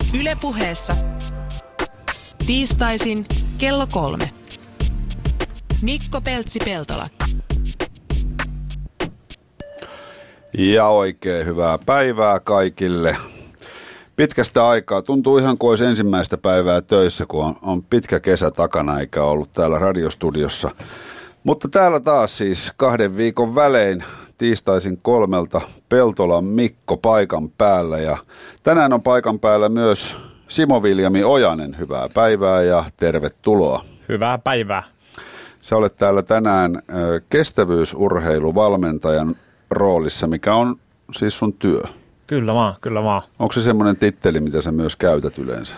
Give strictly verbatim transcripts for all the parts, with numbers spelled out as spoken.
Yle Puheessa. Tiistaisin kello kolme. Mikko Peltsi-Peltola. Ja oikein hyvää päivää kaikille. Pitkästä aikaa. Tuntuu ihan kuin olisi ensimmäistä päivää töissä, kun on, on pitkä kesä takana eikä ollut täällä radiostudiossa. Mutta täällä taas siis kahden viikon välein tiistaisin kolmelta Peltolan Mikko paikan päällä. Ja tänään on paikan päällä myös Simo Viljami Ojanen. Hyvää päivää ja tervetuloa. Hyvää päivää. Sä olet täällä tänään kestävyysurheiluvalmentajan roolissa, mikä on siis sun työ. Kyllä vaan, kyllä vaan. Onko se semmoinen titteli, mitä sä myös käytät yleensä?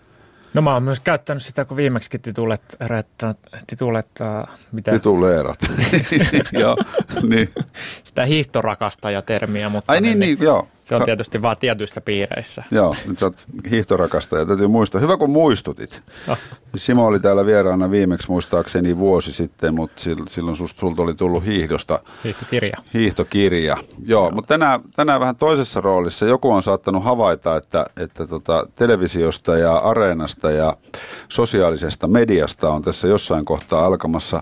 No mä oon myös käyttänyt sitä, kun viimeksi titulet, titulet, mitä? Tituleerat. Joo, niin. Sitä hiihtorakastaja-termiä, mutta Ai niin, niin, joo. Se on tietysti vaan tietyissä piireissä. Joo, nyt sä oot hiihtorakastaja. Täytyy muistaa. Hyvä, kun muistutit. No. Simo oli täällä vieraana viimeksi muistaakseni vuosi sitten, mutta silloin susta, sulta oli tullut hiihdosta. Hiihtokirja. Hiihtokirja. Joo, Joo. Mutta tänään, tänään vähän toisessa roolissa. Joku on saattanut havaita, että, että tota, televisiosta ja areenasta ja sosiaalisesta mediasta on tässä jossain kohtaa alkamassa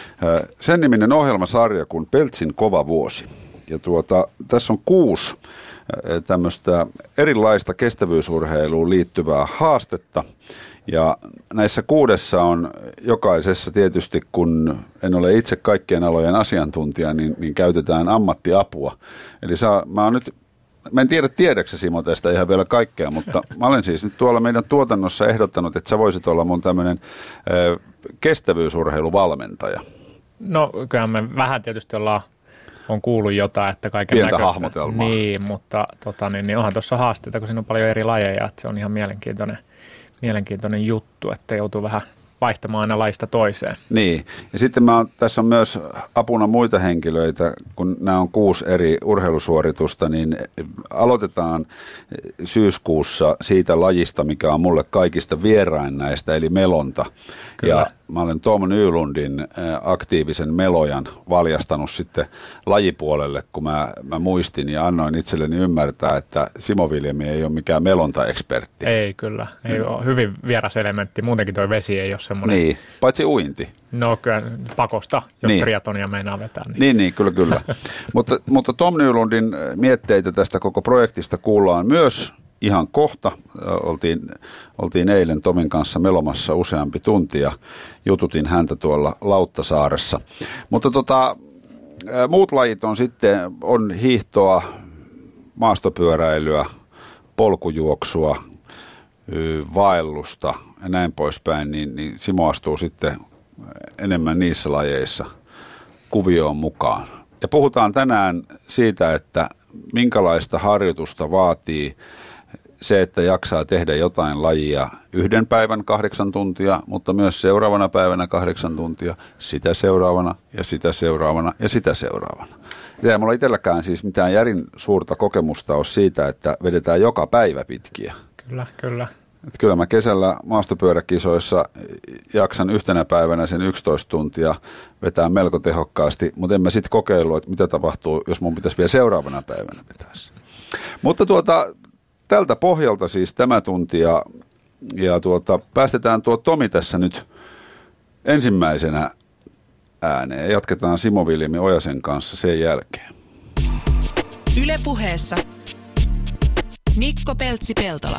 sen niminen ohjelmasarja kuin Peltsin kova vuosi. Ja tuota, tässä on kuusi tämmöistä erilaista kestävyysurheiluun liittyvää haastetta. Ja näissä kuudessa on jokaisessa tietysti, kun en ole itse kaikkien alojen asiantuntija, niin, niin käytetään ammattiapua. Eli saa, mä oon nyt, mä en tiedä tiedäksä Simo tästä ihan vielä kaikkea, mutta mä olen siis nyt tuolla meidän tuotannossa ehdottanut, että sä voisit olla mun tämmöinen äh, kestävyysurheiluvalmentaja. No kyllä me vähän tietysti ollaan on kuullut jotain, että kaiken pientä näköistä. Hahmotelmaa. Niin, mutta tota, niin, niin onhan tuossa haasteita, kun siinä on paljon eri lajeja, että se on ihan mielenkiintoinen, mielenkiintoinen juttu, että joutuu vähän vaihtamaan aina laista toiseen. Niin, ja sitten mä oon, tässä on myös apuna muita henkilöitä, kun nämä on kuusi eri urheilusuoritusta, niin aloitetaan syyskuussa siitä lajista, mikä on mulle kaikista vierain näistä, eli melonta. Kyllä. Ja mä olen Tom Nylundin aktiivisen melojan valjastanut sitten lajipuolelle, kun mä, mä muistin ja annoin itselleni ymmärtää, että Simo Viljami ei ole mikään melonta-ekspertti. Ei kyllä, ei mm. ole hyvin vieras elementti, muutenkin toi vesi ei ole semmoinen. Niin, paitsi uinti. No kyllä pakosta, jos niin. triatonia meinaa vetää. Niin, niin, niin kyllä, kyllä. mutta, mutta Tom Nylundin mietteitä tästä koko projektista kuullaan myös ihan kohta. Oltiin, oltiin eilen Tomin kanssa melomassa useampi tunti ja jututin häntä tuolla Lauttasaaressa. Mutta tota, muut lajit on sitten on hiihtoa, maastopyöräilyä, polkujuoksua, vaellusta ja näin poispäin, niin, niin Simo astuu sitten enemmän niissä lajeissa kuvioon mukaan. Ja puhutaan tänään siitä, että minkälaista harjoitusta vaatii se, että jaksaa tehdä jotain lajia yhden päivän kahdeksan tuntia, mutta myös seuraavana päivänä kahdeksan tuntia, sitä seuraavana ja sitä seuraavana ja sitä seuraavana. Ei mulla itselläkään siis mitään järin suurta kokemusta ole siitä, että vedetään joka päivä pitkiä. Kyllä, kyllä. Että kyllä mä kesällä maastopyöräkisoissa jaksan yhtenä päivänä sen yksitoista tuntia vetää melko tehokkaasti, mutta en mä sitten kokeillut, että mitä tapahtuu, jos mun pitäisi vielä seuraavana päivänä vetää. Mutta tuota, tältä pohjalta siis tämä tunti ja, ja tuota, päästetään tuo Tomi tässä nyt ensimmäisenä ääneen. Jatketaan Simo Viljami Ojasen kanssa sen jälkeen. Yle Puheessa Mikko Peltsi-Peltola.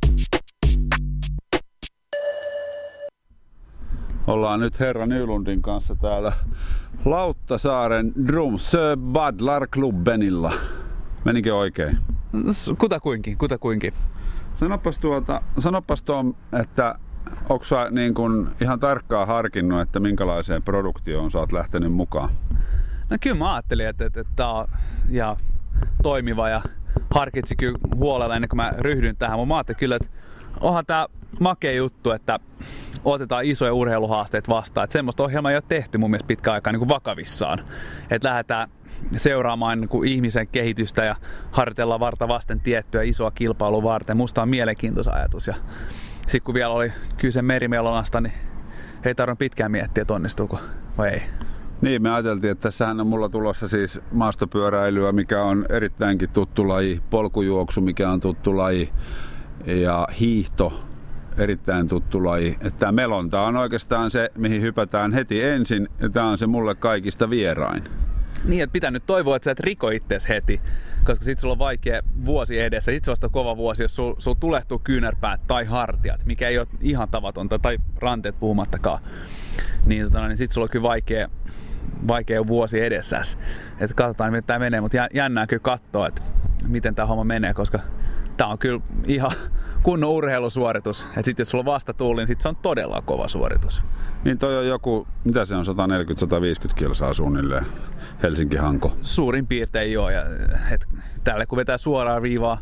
Ollaan nyt herra Nylundin kanssa täällä Lauttasaaren Drumsö Badlarklubbenilla. Menikö oikein? Kutakuinkin, kutakuinkin. Sanopas, tuota, sanopas Tom, että onko sä niin kun ihan tarkkaan harkinnut, että minkälaiseen produktioon sä oot lähtenyt mukaan? No kyllä mä ajattelin, että, että, että tää on ihan toimiva ja harkitsin kyllä huolella ennen kuin mä ryhdyin tähän. Mä ajattelin kyllä, että onhan tää makea juttu, että otetaan isoja urheiluhaasteet vastaan. Että semmoista ohjelmaa ei ole tehty mun mielestä pitkään aikaa niin kuin vakavissaan. Että lähdetään seuraamaan niin kuin ihmisen kehitystä ja harjoitellaan varta vasten tiettyä isoa kilpailua varten. Musta on mielenkiintoinen ajatus. Ja sitten kun vielä oli kyse merimelonasta, niin ei tarvitse pitkään miettiä, että onnistuuko vai ei. Niin, me ajateltiin, että tässähän on mulla tulossa siis maastopyöräilyä, mikä on erittäinkin tuttu laji, polkujuoksu, mikä on tuttu laji, ja hiihto, erittäin tuttu laji. Tämä melonta on oikeastaan se, mihin hypätään heti ensin, ja tämä on se mulle kaikista vierain. Niin, että pitää nyt toivoa, että sä et riko itses heti, koska sit sulla on vaikea vuosi edessä. Sit se vasta kova vuosi, jos sul, sul tulehtuu kyynärpäät tai hartiat, mikä ei ole ihan tavatonta, tai ranteet puhumattakaan. Niin, tota, niin sit sulla on kyllä vaikea, vaikea vuosi edessäs. Että katsotaan, miten tää menee, mutta jännää kyllä katsoa, että miten tää homma menee, koska tää on kyllä ihan kunnon urheilusuoritus. Että sit jos sulla on vastatuuli, niin sit se on todella kova suoritus. Niin toi on joku, mitä se on, sata neljäkymmentä sata viisikymmentä kilsaa suunnilleen, Helsinki-Hanko. Suurin piirtein joo. Ja, et, tälle kun vetää suoraan viivaa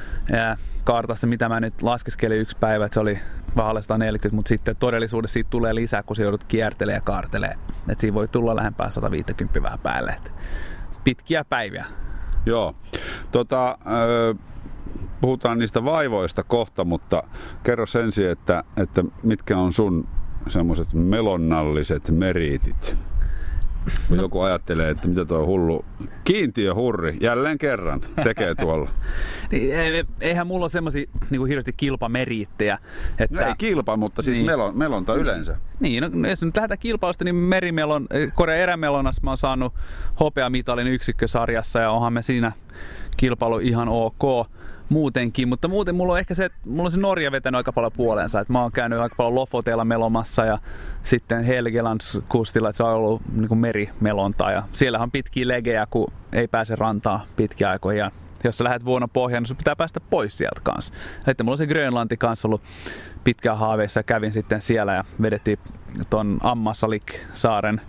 ja kartassa, mitä mä nyt laskeskelin yksi päivä, että se oli vähän sata neljäkymmentä, mutta sitten todellisuudessa siitä tulee lisää, kun se joudut kiertelemään ja kaartelemaan. Että siinä voi tulla lähempää sata viisikymmentä vähän päälle. Et pitkiä päiviä. Joo. Tota, öö, puhutaan niistä vaivoista kohta, mutta kerro ensin, että, että mitkä on sun semmoiset melonnalliset meriitit. Kun no. joku ajattelee, että mitä tuo hullu kiintiöhurri jälleen kerran tekee tuolla. Niin, eihän mulla ole semmosia niin kuin hirveästi kilpameriittejä. Että... No ei kilpa, mutta siis niin. melon, melonta yleensä. Niin, no, jos nyt lähdetään kilpailusta, niin merimelon, Korean erämelonnassa mä oon saanut hopeamitalin yksikkösarjassa ja onhan me siinä kilpailu ihan ok muutenkin, mutta muuten mulla on ehkä se, että mulla on se Norja vetänyt aika paljon puoleensa, että mä oon käynyt aika paljon Lofoteella melomassa ja sitten Helgelandskustilla, että se on ollut niin kuin merimelontaa ja siellähän on pitkiä legejä, kun ei pääse rantaan pitkiä aikoja ja jos sä lähdet vuonna pohjaan, niin sun pitää päästä pois sieltä kanssa. Sitten mulla on se Grönlanti kanssa ollut pitkään haaveissa ja kävin sitten siellä ja vedettiin ton Ammassalik-saaren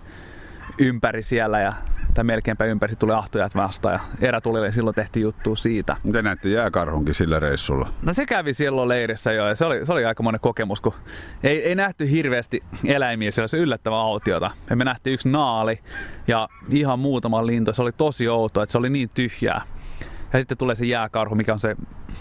ympäri siellä ja tai melkeinpä ympäri tuli ahtujat vastaan ja erätulille silloin tehtiin juttua siitä. Miten näitte jääkarhunkin sillä reissulla? No se kävi silloin leirissä jo ja se oli, se oli aikamoinen kokemus, kun ei, ei nähty hirveästi eläimiä, siellä oli yllättävän autiota. Ja me nähtiin yksi naali ja ihan muutama lintu, se oli tosi outoa, että se oli niin tyhjää. Ja sitten tulee se jääkarhu, mikä on se,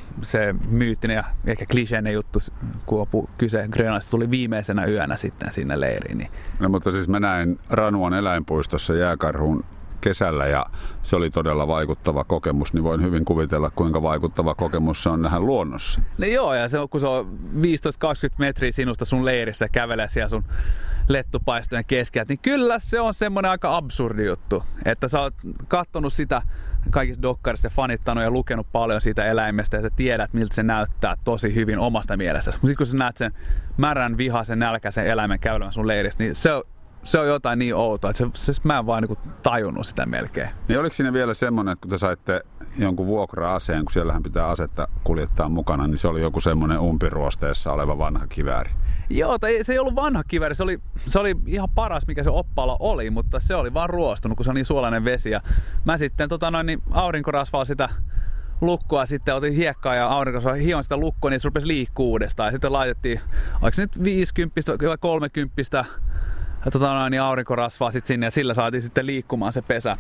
se myyttinen ja ehkä kliseinen juttu, kun on kyse Grönlannista, tuli viimeisenä yönä sitten sinne leiriin. Niin. No, mutta siis mä näin Ranuan eläinpuistossa jääkarhun kesällä ja se oli todella vaikuttava kokemus, niin voin hyvin kuvitella, kuinka vaikuttava kokemus se on nähdä luonnossa. No joo, ja se on, kun se on viisitoista kaksikymmentä metriä sinusta sun leirissä kävelee siellä sun lettupaistojen keskellä, niin kyllä se on semmoinen aika absurdi juttu, että sä oot kattonut sitä kaikista dokkarista ja fanittanut ja lukenut paljon siitä eläimestä ja sä tiedät, miltä se näyttää tosi hyvin omasta mielestäsi. Mutta sitten kun sä näet sen märän, vihaisen, nälkäisen eläimen käymään sun leiristä, niin se on, se on jotain niin outoa, että se, se, mä en vaan niin tajunnut sitä melkein. Niin oliko siinä vielä semmoinen, että kun te saitte jonkun vuokra-aseen, kun siellähän pitää asetta kuljettaa mukana, niin se oli joku semmoinen umpiruosteessa oleva vanha kivääri? Joo, tai se ei ollut vanha kivääri, se oli, se oli ihan paras, mikä se oppaalla oli, mutta se oli vaan ruostunut, kun se on niin suolainen vesi. Ja mä sitten tota noin, niin aurinkorasvaa sitä lukkoa, sitten otin hiekkaa ja aurinkorasvaa, hion sitä lukkoa, niin se rupesi liikkuu uudestaan. Ja sitten laitettiin, oliko se nyt viisikymmentä vai kolmekymmentä tota noin, niin aurinkorasvaa sitten sinne ja sillä saatiin sitten liikkumaan se pesä.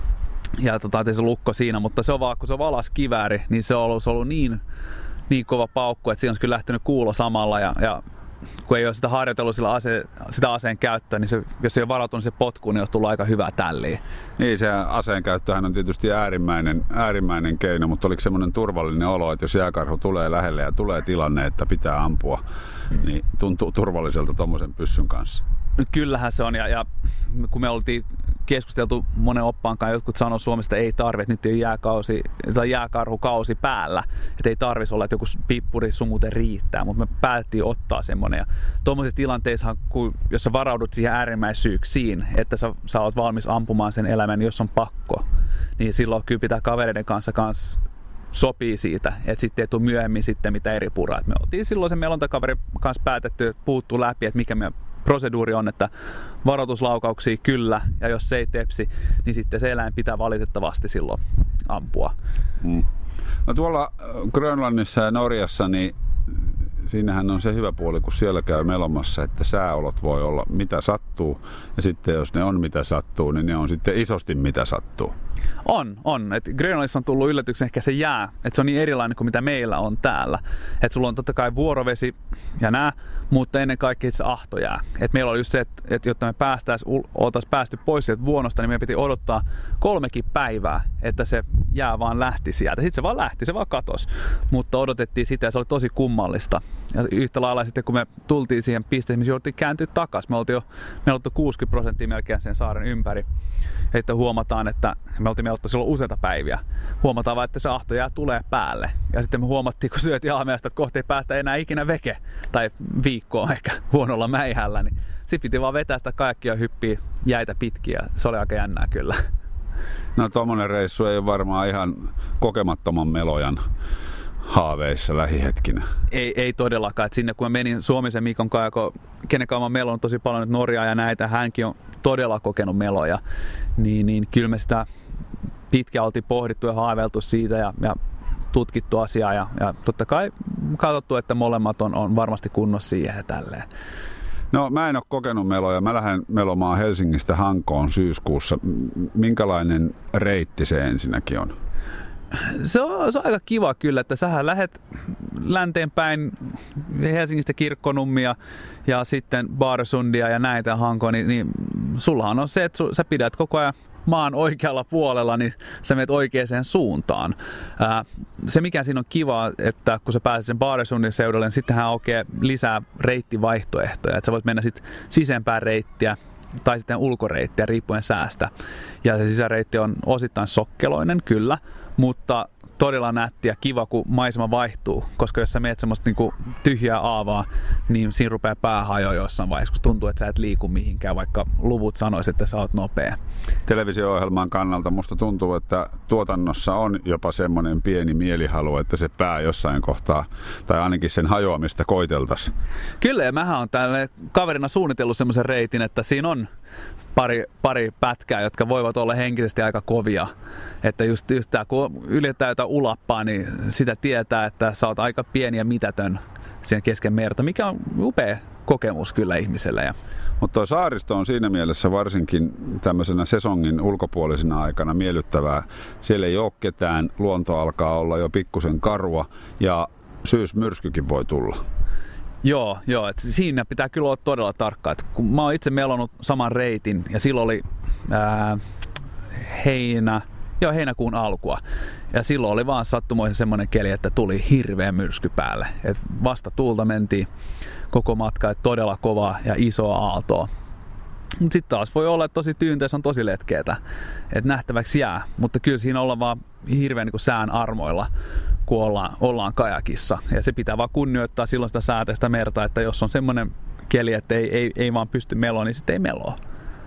Ja tota, se lukko siinä, mutta se on vaan, kun se on valas kivääri, niin se on ollut, se on ollut niin, niin kova paukku, että siinä on kyllä lähtenyt kuulo samalla ja, ja kun ei ole sitä harjoitellut sillä ase, sitä aseen käyttöä, niin se, jos ei ole varautunut se potkuun, niin olisi tullut aika hyvää tälliä. Niin, se aseen käyttöhän on tietysti äärimmäinen, äärimmäinen keino, mutta oliko semmoinen turvallinen olo, että jos jääkarhu tulee lähelle ja tulee tilanne, että pitää ampua, niin tuntuu turvalliselta tuommoisen pyssyn kanssa? Kyllähän se on, ja, ja kun me oltiin keskusteltu monen oppaan kanssa, jotkut sanoo Suomesta ei tarvitse, nyt ei jääkausi, tai jääkarhukausi päällä, että ei tarvitsisi olla, että joku pippuri sun muuten riittää, mutta me päätettiin ottaa semmoinen. Ja tuommoisessa tilanteessa, kun, jos sä varaudut siihen äärimmäisyyksiin, että sä, sä oot valmis ampumaan sen eläimen, jos on pakko, niin silloin kyllä pitää kavereiden kanssa kanssa sopii siitä, että sitten ei tule myöhemmin sitten mitä eri puraa. Et me oltiin silloin sen melontakaverin kanssa päätetty, että puhuttu läpi, että mikä meidän proseduuri on, että varoituslaukauksia kyllä, ja jos se ei tepsi, niin sitten se eläin pitää valitettavasti silloin ampua. Mm. No tuolla Grönlannissa ja Norjassa, niin siinähän on se hyvä puoli, kun siellä käy melomassa, että sääolot voi olla mitä sattuu. Ja sitten jos ne on mitä sattuu, niin ne on sitten isosti mitä sattuu. On, on. Et Grönlannissa on tullut yllätyksen ehkä se jää, että se on niin erilainen kuin mitä meillä on täällä. Että sulla on totta kai vuorovesi ja nää, mutta ennen kaikkea se ahtojää. Et meillä oli just se, että et jotta me päästäisiin, oltaisiin päästy pois sieltä vuonosta, niin meidän piti odottaa kolmekin päivää, että se jää vaan lähti sieltä. Sitten se vaan lähti, se vaan katosi. Mutta odotettiin sitä ja se oli tosi kummallista. Ja yhtä lailla sitten kun me tultiin siihen pisteeseen, me jouduttiin kääntyä takaisin. Me oltiin jo me oltiin kuusikymmentä prosenttia melkein sen saaren ympäri. Ja sitten huomataan, että me oltiin meillä silloin useita päiviä. Huomataan vaan, että se ahtojää tulee päälle. Ja sitten me huomattiin, kun syötiin aamiaista, että kohta ei päästä enää ikinä veke. Tai viikkoa ehkä huonolla mäihällä. Niin sitten piti vaan vetää sitä kajakkia ja hyppiä jäitä pitkiä. Se oli aika jännää kyllä. No tommonen reissu ei ole varmaan ihan kokemattoman melojan haaveissa lähihetkinä. Ei, ei todellakaan. Et sinne kun mä menin Suomisen Mikon kanssa, kenen kanssa mä melon tosi paljon nyt Norjaa ja näitä, hänkin on todella kokenut meloja, niin, niin kyllä me sitä pitkään oltiin pohdittu ja haaveiltu siitä ja, ja tutkittu asiaa ja, ja totta kai katsottu, että molemmat on, on varmasti kunnossa siihen ja tälleen. No mä en ole kokenut meloja. Mä lähden melomaan Helsingistä Hankoon syyskuussa. Minkälainen reitti se ensinnäkin on? Se on, se on aika kiva kyllä, että sähän lähet länteen päin Helsingistä Kirkkonummia ja sitten Baarsundia ja näitä Hankoon, niin, niin sullahan on se, että su, sä pidät koko ajan maan oikealla puolella, niin sä menet oikeaan suuntaan. Ää, se mikä siinä on kiva, että kun sä pääset sen Baarsundin seudulle, niin sittenhän aukeaa lisää reittivaihtoehtoja. Että sä voit mennä sit sisäänpäin reittiä tai sitten ulkoreittiä riippuen säästä. Ja se sisäreitti on osittain sokkeloinen, kyllä, mutta todella nätti ja kiva, kun maisema vaihtuu, koska jos sä meet semmoista niinku tyhjää aavaa, niin siinä rupeaa pää hajoa jossain vaiheessa, kun tuntuu, että sä et liiku mihinkään, vaikka luvut sanois, että sä oot nopea. Televisio-ohjelman kannalta musta tuntuu, että tuotannossa on jopa semmoinen pieni mielihalu, että se pää jossain kohtaa, tai ainakin sen hajoamista koiteltaisiin. Kyllä, ja mähän on tälle kaverina suunnitellut semmoisen reitin, että siinä on pari, pari pätkää, jotka voivat olla henkisesti aika kovia. Että just, just tää, kun ylittää jotain ulappaa, niin sitä tietää, että sä oot aika pieni ja mitätön siinä kesken merta, mikä on upea kokemus kyllä ihmiselle. Mutta tuo saaristo on siinä mielessä varsinkin tämmöisenä sesongin ulkopuolisena aikana miellyttävää. Siellä ei ole ketään, luonto alkaa olla jo pikkusen karua ja syysmyrskykin voi tulla. Joo, joo, että siinä pitää kyllä olla todella tarkka. Et kun mä oon itse melonut saman reitin ja silloin oli ää, heinä, joo, heinäkuun alkua. Ja silloin oli vaan sattumoisin semmoinen keli, että tuli hirveä myrsky päälle. Et vasta tuulta mentiin koko matka, et todella kovaa ja isoa aaltoa. Mutta sitten taas voi olla, että tosi tyynteessä on tosi letkeetä, että nähtäväksi jää. Mutta kyllä siinä ollaan vaan hirveän niin sään armoilla, kun ollaan, ollaan kajakissa. Ja se pitää vaan kunnioittaa silloin sitä sääteistä merta, että jos on semmoinen keli, että ei, ei, ei vaan pysty meloon, niin sitten ei meloa.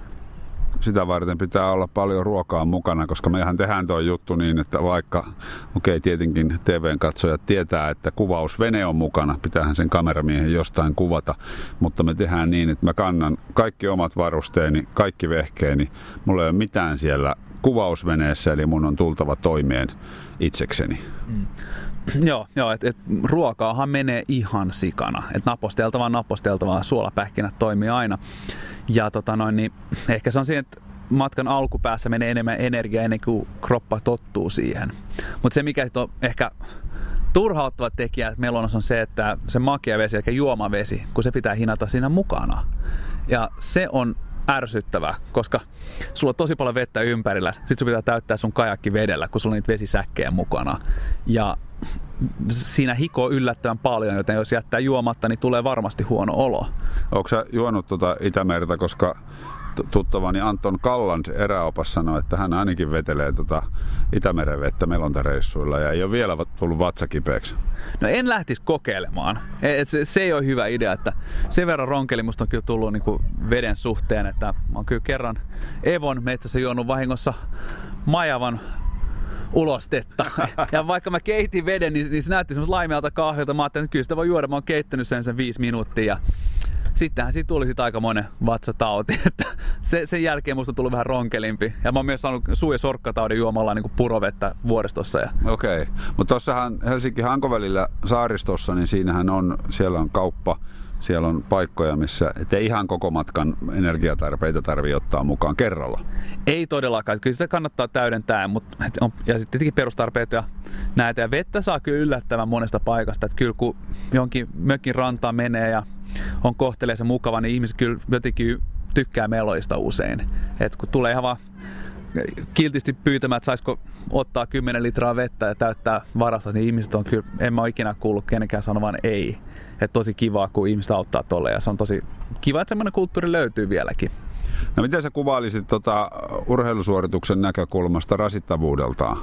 Sitä varten pitää olla paljon ruokaa mukana, koska mehän tehdään tuo juttu niin, että vaikka, okei okay, tietenkin T V-katsojat tietää, että kuvausvene on mukana, pitäähän sen kameramiehen jostain kuvata, mutta me tehdään niin, että mä kannan kaikki omat varusteeni, kaikki vehkeeni, mulla ei ole mitään siellä kuvausveneessä, eli mun on tultava toimeen itsekseni. Mm. Joo, joo että et, ruokaahan menee ihan sikana. Että naposteltavaa, naposteltavaa, suolapähkinät toimii aina. Ja tota noin, niin ehkä se on siinä, että matkan alkupäässä menee enemmän energiaa ennen kuin kroppa tottuu siihen. Mutta se mikä on ehkä turhauttava tekijä melonassa on se, että se makea vesi, eli juomavesi, kun se pitää hinata siinä mukana. Ja se on ärsyttävää, koska sulla on tosi paljon vettä ympärillä. Sitten sun pitää täyttää sun kajakki vedellä, kun sulla on niitä vesisäkkejä mukana. Ja siinä hikoo yllättävän paljon, joten jos jättää juomatta, niin tulee varmasti huono olo. Onko sä juonut tuota Itämerta, koska tuttavani Anton Kalland eräopas sanoi, että hän ainakin vetelee tuota Itämeren vettä melontareissuilla ja ei ole vielä tullut vatsakipeäksi. No en lähtisi kokeilemaan. Et se, se ei ole hyvä idea, että sen verran ronkeli musta on kyllä tullut niinku veden suhteen, että mä oon kyllä kerran Evon metsässä juonut vahingossa majavan ulostetta. Ja vaikka mä keitin veden, niin, niin se näytti semmoista laimealta kahvilta. Mä ajattelin, että kyllä sitä voi juoda. Mä oon keittänyt sen sen viisi minuuttia. Ja sittenhän siitä tuli sit aikamoinen vatsatauti. Että se, sen jälkeen musta tuli vähän ronkelimpi. Ja mä oon myös saanut suu- ja sorkkataudin juomalla niin kuin purovettä vuoristossa. Ja... Okei, okay. Mutta tuossahan Helsinki-Hanko-välillä saaristossa, niin siinähän on, siellä on kauppa, siellä on paikkoja, missä ettei ihan koko matkan energiatarpeita tarvitse ottaa mukaan kerralla. Ei todellakaan. Kyllä sitä kannattaa täydentää, mutta on, ja sitten tietenkin perustarpeet ja näitä. Ja vettä saa kyllä yllättävän monesta paikasta. Että kyllä kun johonkin mökin rantaan menee ja on kohteleessa mukava, niin ihmiset kyllä jotenkin tykkää meloista usein. Et kun tulee ihan vaan kiltisti pyytämään, että saisiko ottaa kymmenen litraa vettä ja täyttää varastot, niin ihmiset on kyllä, en mä ole ikinä kuullut kenenkään sanovan ei. Että tosi kivaa, kun ihmiset auttaa tolle, ja se on tosi kiva, että semmoinen kulttuuri löytyy vieläkin. No miten sä kuvailisit tota urheilusuorituksen näkökulmasta rasittavuudeltaan?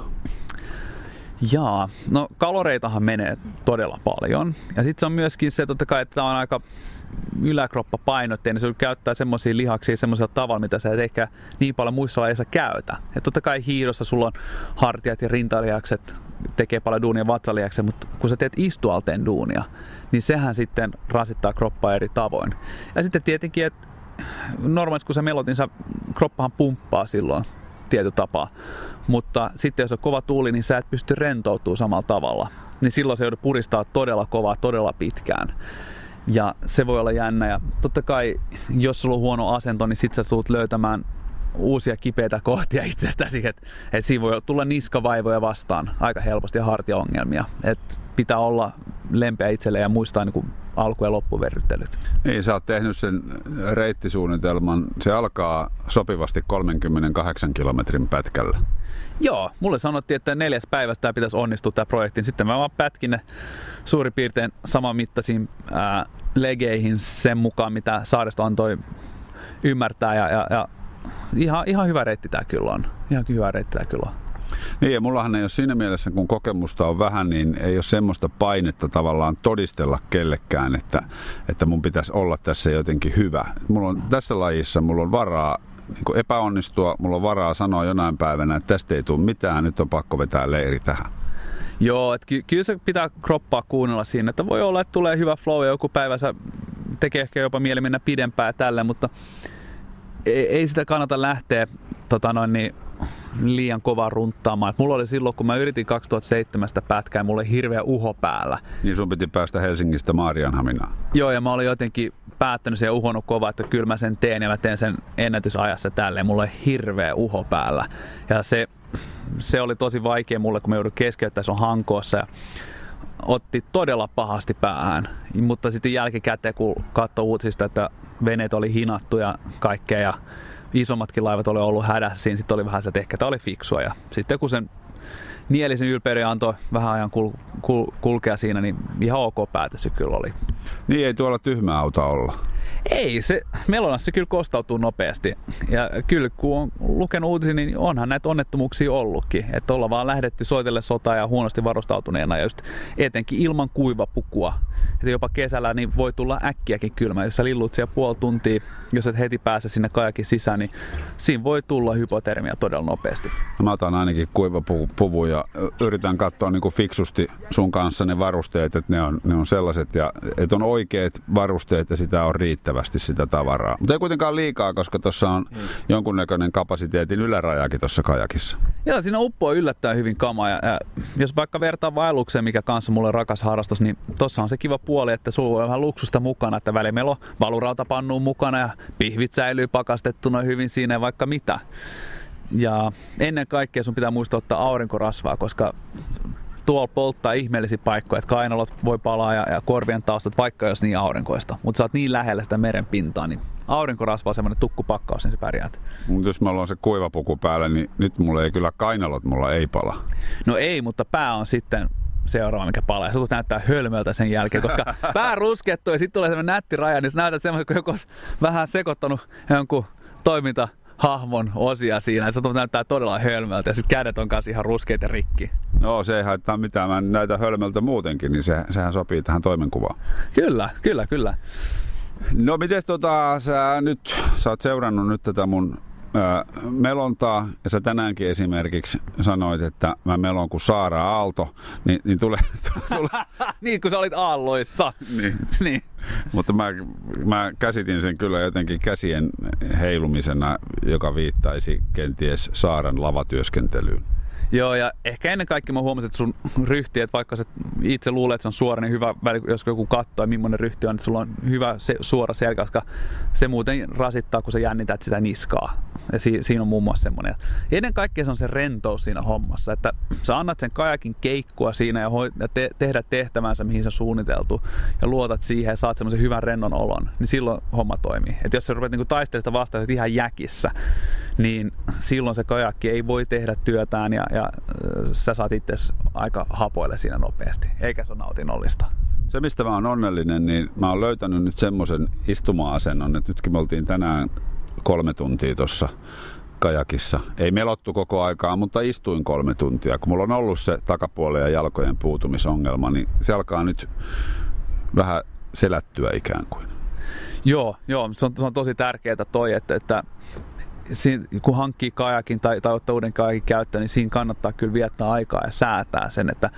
Jaa, no kaloreitahan menee todella paljon. Ja sitten se on myöskin se, totta kai, että tämä on aika yläkroppapainotteinen, se käyttää semmoisia lihaksia semmoisella tavalla, mitä sä et ehkä niin paljon muissa lajeissa käytä. Et totta kai hiihdossa sulla on hartiat ja rintalihakset, tekee paljon duunia vatsalihakset, mutta kun sä teet istualteen duunia, niin sehän sitten rasittaa kroppaa eri tavoin. Ja sitten tietenkin, että normaalisti kun sä melot, niin sä, kroppahan pumppaa silloin tietyllä tapaa. Mutta sitten jos on kova tuuli, niin sä et pysty rentoutumaan samalla tavalla. Niin silloin se joudut puristaa todella kovaa, todella pitkään. Ja se voi olla jännä. Ja totta kai, jos sulla on huono asento, niin sit sä tulet löytämään uusia kipeitä kohtia itsestäsi. Että et siinä voi tulla niskavaivoja vastaan aika helposti ja hartiaongelmia. Et pitää olla lempeä itselleen ja muistaa niin kuin alku- ja loppuverryttelyt. Niin, sä oot tehnyt sen reittisuunnitelman. Se alkaa sopivasti kolmekymmentäkahdeksan kilometrin pätkällä. Joo, mulle sanottiin, että neljäs päivästä tämä pitäisi onnistua tämä projekti. Sitten mä vaan pätkin ne suurin piirtein saman mittaisiin ää, legeihin sen mukaan, mitä saaristo antoi ymmärtää. Ja, ja, ja ihan, ihan hyvä reitti tämä kyllä on. Ihan hyvä reitti tämä kyllä on. Niin, ja mullahan ei ole siinä mielessä, kun kokemusta on vähän, niin ei ole semmoista painetta tavallaan todistella kellekään, että, että mun pitäisi olla tässä jotenkin hyvä. Mulla on, tässä lajissa mulla on varaa niin kuin epäonnistua, mulla on varaa sanoa jonain päivänä, että tästä ei tule mitään, nyt on pakko vetää leiri tähän. Joo, että ky- kyllä se pitää kroppaa kuunnella siinä, että voi olla, että tulee hyvä flow ja joku päivä se tekee ehkä jopa mieli mennä pidempään tälle, mutta ei, ei sitä kannata lähteä tota noin, niin liian kovaa runttaamaan. Mulla oli silloin, kun mä yritin kaksituhattaseitsemän pätkää, mulla oli hirveä uho päällä. Niin sun piti päästä Helsingistä Maarianhaminaan. Joo, ja mä olin jotenkin päättänyt sen ja uhonut kovaa, että kyllä mä sen teen ja mä teen sen ennätysajassa tälleen. Mulla oli hirveä uho päällä. Ja se, se oli tosi vaikea mulle, kun mä joudun keskeyttämään sun Hankoossa. Ja otti todella pahasti päähän. Mutta sitten jälkikäteen, kun katsoi uutisista, että veneet oli hinattu ja kaikkea ja isommatkin laivat oli ollut hädässä, siinä sitten oli vähän se, että ehkä tämä oli fiksua. Ja sitten kun sen nielisen ylpeyden ja antoi vähän ajan kul- kul- kulkea siinä, niin ihan ok päätös se kyllä oli. Niin ei tuolla tyhmä auta olla. Ei, se melonassa se kyllä kostautuu nopeasti. Ja kyllä kun on lukenut uutisia, niin onhan näitä onnettomuuksia ollutkin. Että ollaan vaan lähdetty soitelle sotaa ja huonosti varustautuneena ja just etenkin ilman kuivapukua. Että jopa kesällä niin voi tulla äkkiäkin kylmä. Jos sä lillut siellä puoli tuntia, jos et heti pääse sinne kajakin sisään, niin siinä voi tulla hypotermia todella nopeasti. No, mä otan ainakin kuivapuvun ja yritän katsoa niin kuin fiksusti sun kanssa ne varusteet, että ne on, ne on sellaiset ja että on oikeat varusteet ja sitä on riittävästi sitä tavaraa. Mutta ei kuitenkaan liikaa, koska tuossa on hmm. jonkunnäköinen kapasiteetin ylärajakin tuossa kajakissa. Joo, siinä uppoaa yllättäen hyvin kamaa. Ja, ja jos vaikka vertaa vaellukseen, mikä kanssa mulle rakas harrastus, niin tuossa on se kiva puoli, että sulla on vähän luksusta mukana, että välillä meillä on valurautapannuun mukana ja pihvit säilyy pakastettuna hyvin siinä ja vaikka mitä. Ja ennen kaikkea sun pitää muistaa ottaa aurinkorasvaa, koska tuolla polttaa ihmeellisiä paikkoja, että kainalot voi palaa ja, ja korvien taustat, vaikka jos niin aurinkoista. Mutta sä oot niin lähellä sitä meren pintaa, niin aurinkorasva on semmoinen tukkupakkaus, niin se pärjäät. Mutta jos mulla on se kuivapuku päällä, niin nyt mulla ei kyllä kainalot, mulla ei pala. No ei, mutta pää on sitten seuraava, mikä palaa. Se tulet näyttää hölmöltä sen jälkeen, koska pää ruskettuu ja sitten tulee semmoinen nätti raja, niin sä näytät semmoinen, kun joku olisi vähän sekoittanut jonkun toiminta hahmon osia siinä, ja se näyttää todella hölmöltä, ja sitten kädet on kanssa ihan ruskeita ja rikki. No se ei haittaa mitään, mä näytän hölmöltä muutenkin, niin se, sehän sopii tähän toimenkuvaan. Kyllä, kyllä, kyllä. No mites tota, sä nyt, sä oot seurannut nyt tätä mun ää, melontaa, ja sä tänäänkin esimerkiksi sanoit, että mä melon kuin Saara Aalto, niin, niin tulee... tule, tule. Niin, kun sä olit aalloissa. Niin. Niin. Mutta mä, mä käsitin sen kyllä jotenkin käsien heilumisena, joka viittaisi kenties Saaran lavatyöskentelyyn. Joo, ja ehkä ennen kaikkea mä huomasin, että sun ryhti, että vaikka sä itse luulet, että se on suora, niin hyvä, jos joku katsoo, millainen ryhti on, että sulla on hyvä se, suora selkä, koska se muuten rasittaa, kun sä jännität sitä niskaa. Ja si, siinä on muun muassa semmoinen. Ja ennen kaikkea se on se rentous siinä hommassa, että sä annat sen kajakin keikkua siinä ja, hoi, ja te, tehdä tehtävänsä, mihin se on suunniteltu, ja luotat siihen ja saat semmoisen hyvän rennon olon, niin silloin homma toimii. Että jos sä rupeat niinku taistelemaan sitä vastaan, että ihan jäkissä, niin silloin se kajakki ei voi tehdä työtään ja ja sä saat itse aika hapoille siinä nopeasti, eikä se ole nautinnollista. Se, mistä mä oon onnellinen, niin mä oon löytänyt nyt semmoisen istuma-asennon, että nytkin me oltiin tänään kolme tuntia tuossa kajakissa. Ei melottu koko aikaa, mutta istuin kolme tuntia. Kun mulla on ollut se takapuolen ja jalkojen puutumisongelma, niin se alkaa nyt vähän selättyä ikään kuin. Joo, joo se, on, se on tosi tärkeää toi, että, että Siin, kun hankkii kajakin tai, tai ottaa uuden kajakin käyttöön, niin siinä kannattaa kyllä viettää aikaa ja säätää sen, että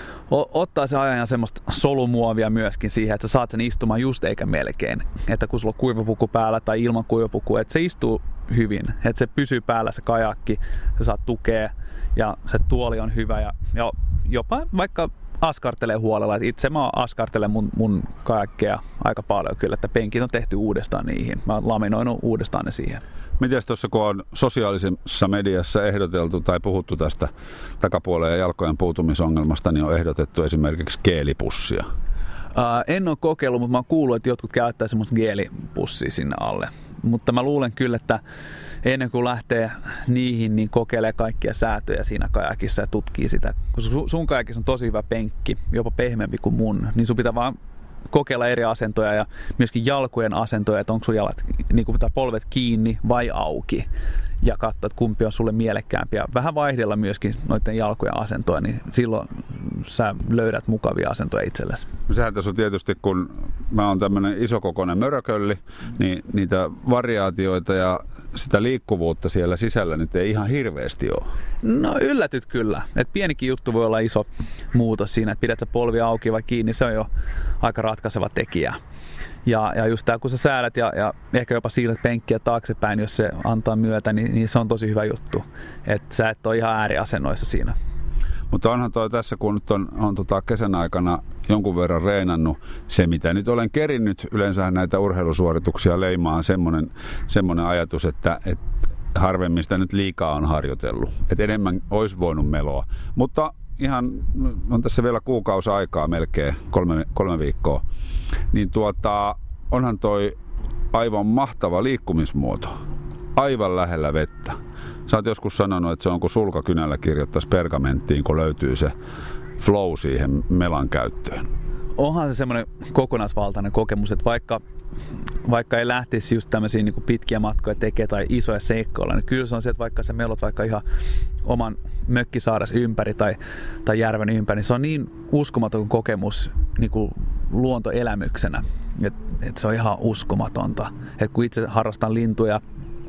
ottaa se ajan ja semmoista solumuovia myöskin siihen, että sä saat sen istumaan just eikä melkein. Että kun sulla on kuivapuku päällä tai ilman kuivapukua, että se istuu hyvin, että se pysyy päällä se kajakki, sä saat tukea ja se tuoli on hyvä ja, ja jopa vaikka askartelee huolella. Et itse mä askartelen mun, mun kajakkeja aika paljon kyllä, että penkit on tehty uudestaan niihin. Mä oon laminoinut uudestaan ne siihen. Mites tuossa, kun on sosiaalisessa mediassa ehdoteltu tai puhuttu tästä takapuolen ja jalkojen puutumisongelmasta, niin on ehdotettu esimerkiksi geelipussia? Uh, en ole kokeillut, mutta mä oon kuullut, että jotkut käyttää semmoista geelipussia sinne alle. Mutta mä luulen kyllä, että ennen kuin lähtee niihin, niin kokeilee kaikkia säätöjä siinä kajakissa ja tutkii sitä. Koska sun kajakissa on tosi hyvä penkki, jopa pehmeämpi kuin mun, niin sun pitää vaan kokeilla eri asentoja ja myöskin jalkojen asentoja, että onko sun jalat, niin kuin pitää polvet kiinni vai auki. Ja katsoa, että kumpi on sulle mielekkäämpi. Ja vähän vaihdella myöskin noiden jalkojen asentoja, niin silloin sä löydät mukavia asentoja itsellesi. Sehän tässä on tietysti, kun mä oon tämmönen isokokoinen mörökölli, niin niitä variaatioita ja sitä liikkuvuutta siellä sisällä nyt ei ihan hirveästi ole. No yllätyt kyllä. Et pienikin juttu voi olla iso muutos siinä, että pidät sä polvi auki vai kiinni, se on jo aika ratkaiseva tekijä. Ja, ja just tää, kun sä säädät ja, ja ehkä jopa siirrät penkkiä taaksepäin, jos se antaa myötä, niin, niin se on tosi hyvä juttu. Että sä et ole ihan ääriasennoissa siinä. Mutta onhan toi tässä, kun nyt on, on tota kesän aikana jonkun verran reenannut se, mitä nyt olen kerinnyt. Yleensä näitä urheilusuorituksia leimaa semmoinen, semmoinen ajatus, että, että harvemmin sitä nyt liikaa on harjoitellut. Että enemmän olisi voinut meloa. Mutta ihan on tässä vielä kuukausi aikaa, melkein kolme, kolme viikkoa. Niin tuota, onhan toi aivan mahtava liikkumismuoto. Aivan lähellä vettä. Sä oot joskus sanonut, että se on kuin sulkakynällä kirjoittaisi pergamenttiin, kun löytyy se flow siihen melan käyttöön. Onhan se semmoinen kokonaisvaltainen kokemus, että vaikka, vaikka ei lähtisi just tämmöisiä niin kuin pitkiä matkoja tekemään tai isoja seikkoilla, niin kyllä se on se, että vaikka sä melot vaikka ihan oman mökkisaares ympäri tai, tai järven ympäri, niin se on niin uskomaton kokemus niin kuin luontoelämyksenä, että et se on ihan uskomatonta. Et kun itse harrastan lintuja,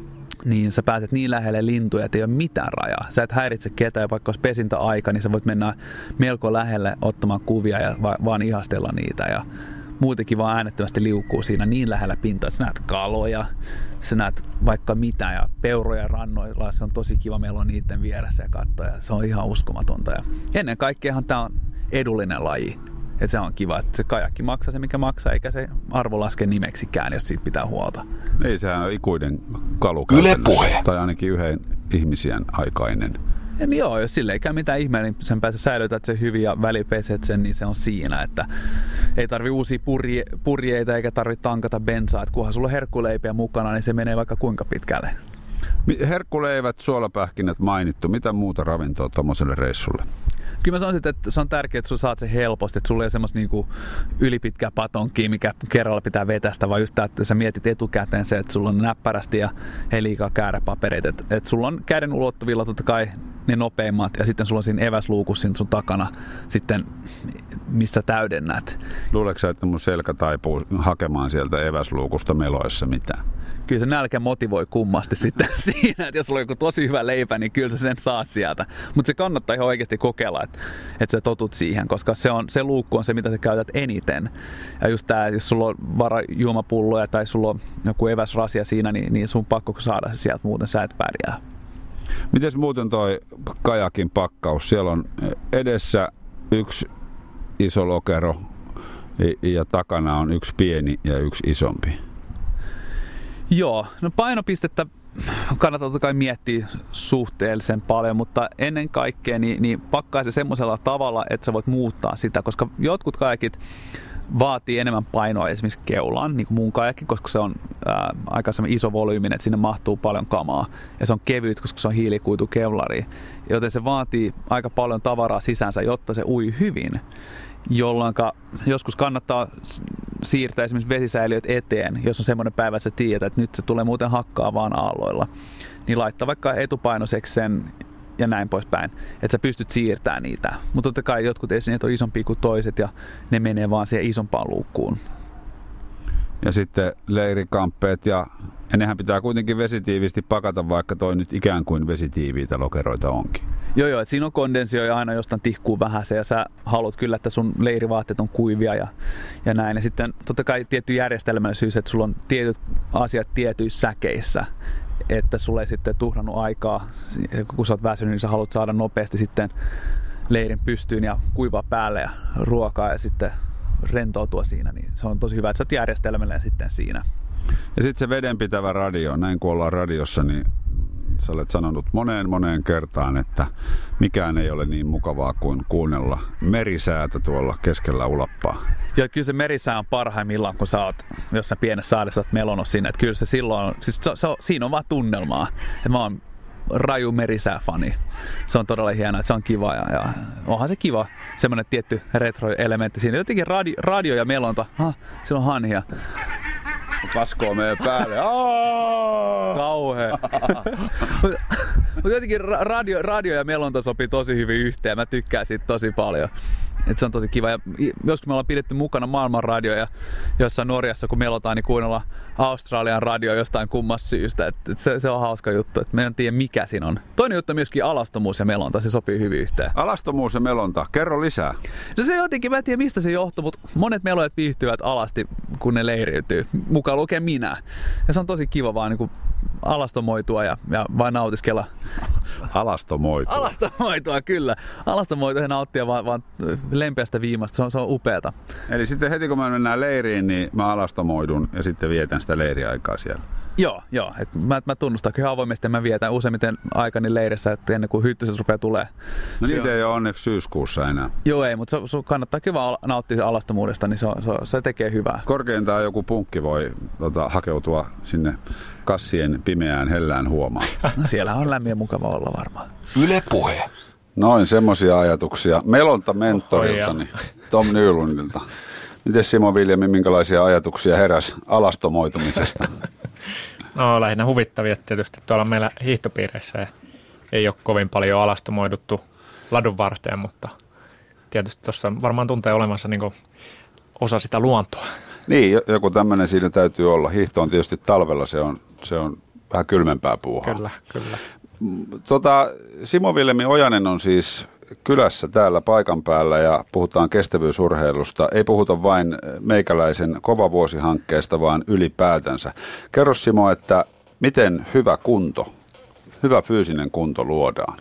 niin sä pääset niin lähelle lintuja, että ei ole mitään rajaa. Sä et häiritse ketään, ja vaikka olisi pesintäaika, niin sä voit mennä melko lähelle ottamaan kuvia ja va- vaan ihastella niitä. Ja muutenkin vaan äänettömästi liukkuu siinä niin lähellä pintaa, että sä näet kaloja, sä näet vaikka mitä ja peuroja rannoilla. Se on tosi kiva, meillä on niiden vieressä ja katsoa, ja se on ihan uskomatonta. Ja ennen kaikkeahan tää on edullinen laji. Että se on kiva, että se kajakki maksaa se, mikä maksaa, eikä se arvo laske nimeksikään, jos siitä pitää huolta. Ei, sehän on ikuinen kalu. Yle Puhe. Tai ainakin yhden ihmisen aikainen. Ja niin joo, jos sille ei käy mitään ihmeellisempää, sä säilytät sen hyvin ja välipeset sen, niin se on siinä, että ei tarvi uusia purje, purjeita eikä tarvi tankata bensaa. Että kunhan sulla on herkkuleipiä mukana, niin se menee vaikka kuinka pitkälle. Herkkuleivät, suolapähkinät mainittu. Mitä muuta ravintoa tuommoiselle reissulle? Kyllä mä sanoisin, että se on tärkeää, että sulla saat sen helposti, että sulla ei ole semmoista niinku ylipitkää patonkia, mikä kerralla pitää vetästä, vaan just tämä, että sä mietit etukäteen se, että sulla on näppärästi ja ei liikaa kääräpapereita. Että et sulla on käden ulottuvilla totta kai ne nopeimmat ja sitten sulla on siinä eväsluukussa sun takana sitten, mistä täydennät. Luuleeko sä, että mun selkä taipuu hakemaan sieltä eväsluukusta meloissa mitään? Kyllä se nälkä motivoi kummasti sitten siinä, että jos sulla on joku tosi hyvä leipä, niin kyllä sä sen saat sieltä. Mutta se kannattaa ihan oikeasti kokeilla, että, että sä totut siihen, koska se, on, se luukku on se, mitä sä käytät eniten. Ja just tää, jos sulla on vara juomapulloja tai sulla on joku eväsrasia siinä, niin, niin sun pakko saada se sieltä, muuten sä et pärjää. Mites muuten toi kajakin pakkaus? Siellä on edessä yksi iso lokero ja takana on yksi pieni ja yksi isompi. Joo, no painopistettä kannattaa totta kai miettiä suhteellisen paljon, mutta ennen kaikkea niin, niin pakkaa se semmoisella tavalla, että sä voit muuttaa sitä, koska jotkut kajakit vaatii enemmän painoa esimerkiksi keulaan, niin kuin mun kajakki, koska se on ää, aika iso volyymin, että sinne mahtuu paljon kamaa. Ja se on kevyt, koska se on hiilikuitu keulari, joten se vaatii aika paljon tavaraa sisänsä, jotta se ui hyvin. Jolloin joskus kannattaa siirtää esimerkiksi vesisäiliöt eteen, jos on semmoinen päivä, että sä tiedät, että nyt se tulee muuten hakkaa vaan aalloilla. Niin laittaa vaikka etupainoiseksi sen ja näin poispäin, että sä pystyt siirtämään niitä. Mutta totta kai jotkut esineet on isompia kuin toiset ja ne menee vaan siihen isompaan luukkuun. Ja sitten leirikamppeet ja, ja nehän pitää kuitenkin vesitiiviisti pakata, vaikka toi nyt ikään kuin vesitiiviitä lokeroita onkin. Joo joo, että siinä on kondensio ja aina jostain tihkuu vähän se ja sä haluat kyllä, että sun leirivaatteet on kuivia ja, ja näin. Ja sitten totta kai tietty järjestelmällisyys, että sulla on tietyt asiat tietyissä säkeissä, että sulle ei sitten tuhrannut aikaa, kun sä oot väsynyt, niin sä haluat saada nopeasti sitten leirin pystyyn ja kuivaa päälle ja ruokaa ja sitten rentoutua siinä, niin se on tosi hyvä, että sä oot järjestelmällinen sitten siinä. Ja sitten se vedenpitävä radio, näin kun ollaan radiossa, niin sä olet sanonut moneen moneen kertaan, että mikään ei ole niin mukavaa kuin kuunnella merisäätä tuolla keskellä ulappaa. Ja kyllä se merisää on parhaimmillaan, kun sä oot jossain pienessä saaressa oot melonut sinne. Että kyllä se silloin, siis se, se, siinä on vaan tunnelmaa. Et mä oon raju merisää-fani. Se on todella hienoa, että se on kiva ja, ja onhan se kiva, semmoinen tietty retro-elementti siinä. Jotenkin radio, radio ja melonta, ha, siellä on hanhia. Vaskoo meidän päälle. Kauhea. Mutta jotenkin radio, radio ja melonta sopii tosi hyvin yhteen. Mä tykkään siitä tosi paljon. Et se on tosi kiva. Ja joskus me ollaan pidetty mukana maailmanradioja jossain Norjassa, kun melotaan, niin kuunnella Australian radio jostain kummasta syystä. Et, et se, se on hauska juttu. Et me en tiedä, mikä siinä on. Toinen juttu on myöskin alastomuus ja melonta. Se sopii hyvin yhteen. Alastomuus ja melonta. Kerro lisää. No se jotenkin, mä en tiedä mistä se johtuu, mutta monet melojat viihtyvät alasti, kun ne leiriytyy. Mukaan lukee minä. Ja se on tosi kiva vaan niin kuin alastomoitua ja, ja vain nautiskella. Alastomoitua. Alastomoitua, kyllä. Alastomoitua ja nauttia vaan, vaan lempeästä viimasta. Se on, se on upeata. Eli sitten heti kun me mennään leiriin, niin mä alastomoidun ja sitten vietän sitä leiriaikaa siellä. Joo, joo. Et mä, mä tunnustan kyllä avoimesti, että mä vietän useimmiten aikani leirissä, että ennen kuin hyttyset rupeaa tulee. No niitä on... ei ole onneksi syyskuussa enää. Joo, ei, mutta sun kannattaa kyllä nauttia alastomuudesta, niin se, se, se tekee hyvää. Korkeintaan joku punkki voi tota, hakeutua sinne kassien pimeään hellään huomaan. Siellä on lämmin ja mukava olla varmaan. Yle Puhe. Noin, semmoisia ajatuksia. Melonta mentoriltani, Tom Nylundilta. Miten Simo Viljami, minkälaisia ajatuksia heräsi alastomoitumisesta? No lähinnä huvittavia tietysti tuolla meillä hiihtopiireissä ei ole kovin paljon alastomoiduttu ladun varteen, mutta tietysti tuossa varmaan tuntee olevansa niin kuin osa sitä luontoa. Niin, joku tämmöinen siinä täytyy olla. Hiihto on tietysti talvella, se on, se on vähän kylmempää puuhaa. Kyllä, kyllä. Tota, Simo Viljami Ojanen on siis kylässä täällä paikan päällä ja puhutaan kestävyysurheilusta. Ei puhuta vain meikäläisen Kovavuosi-hankkeesta, vaan ylipäätänsä. Kerro Simo, että miten hyvä kunto, hyvä fyysinen kunto luodaan?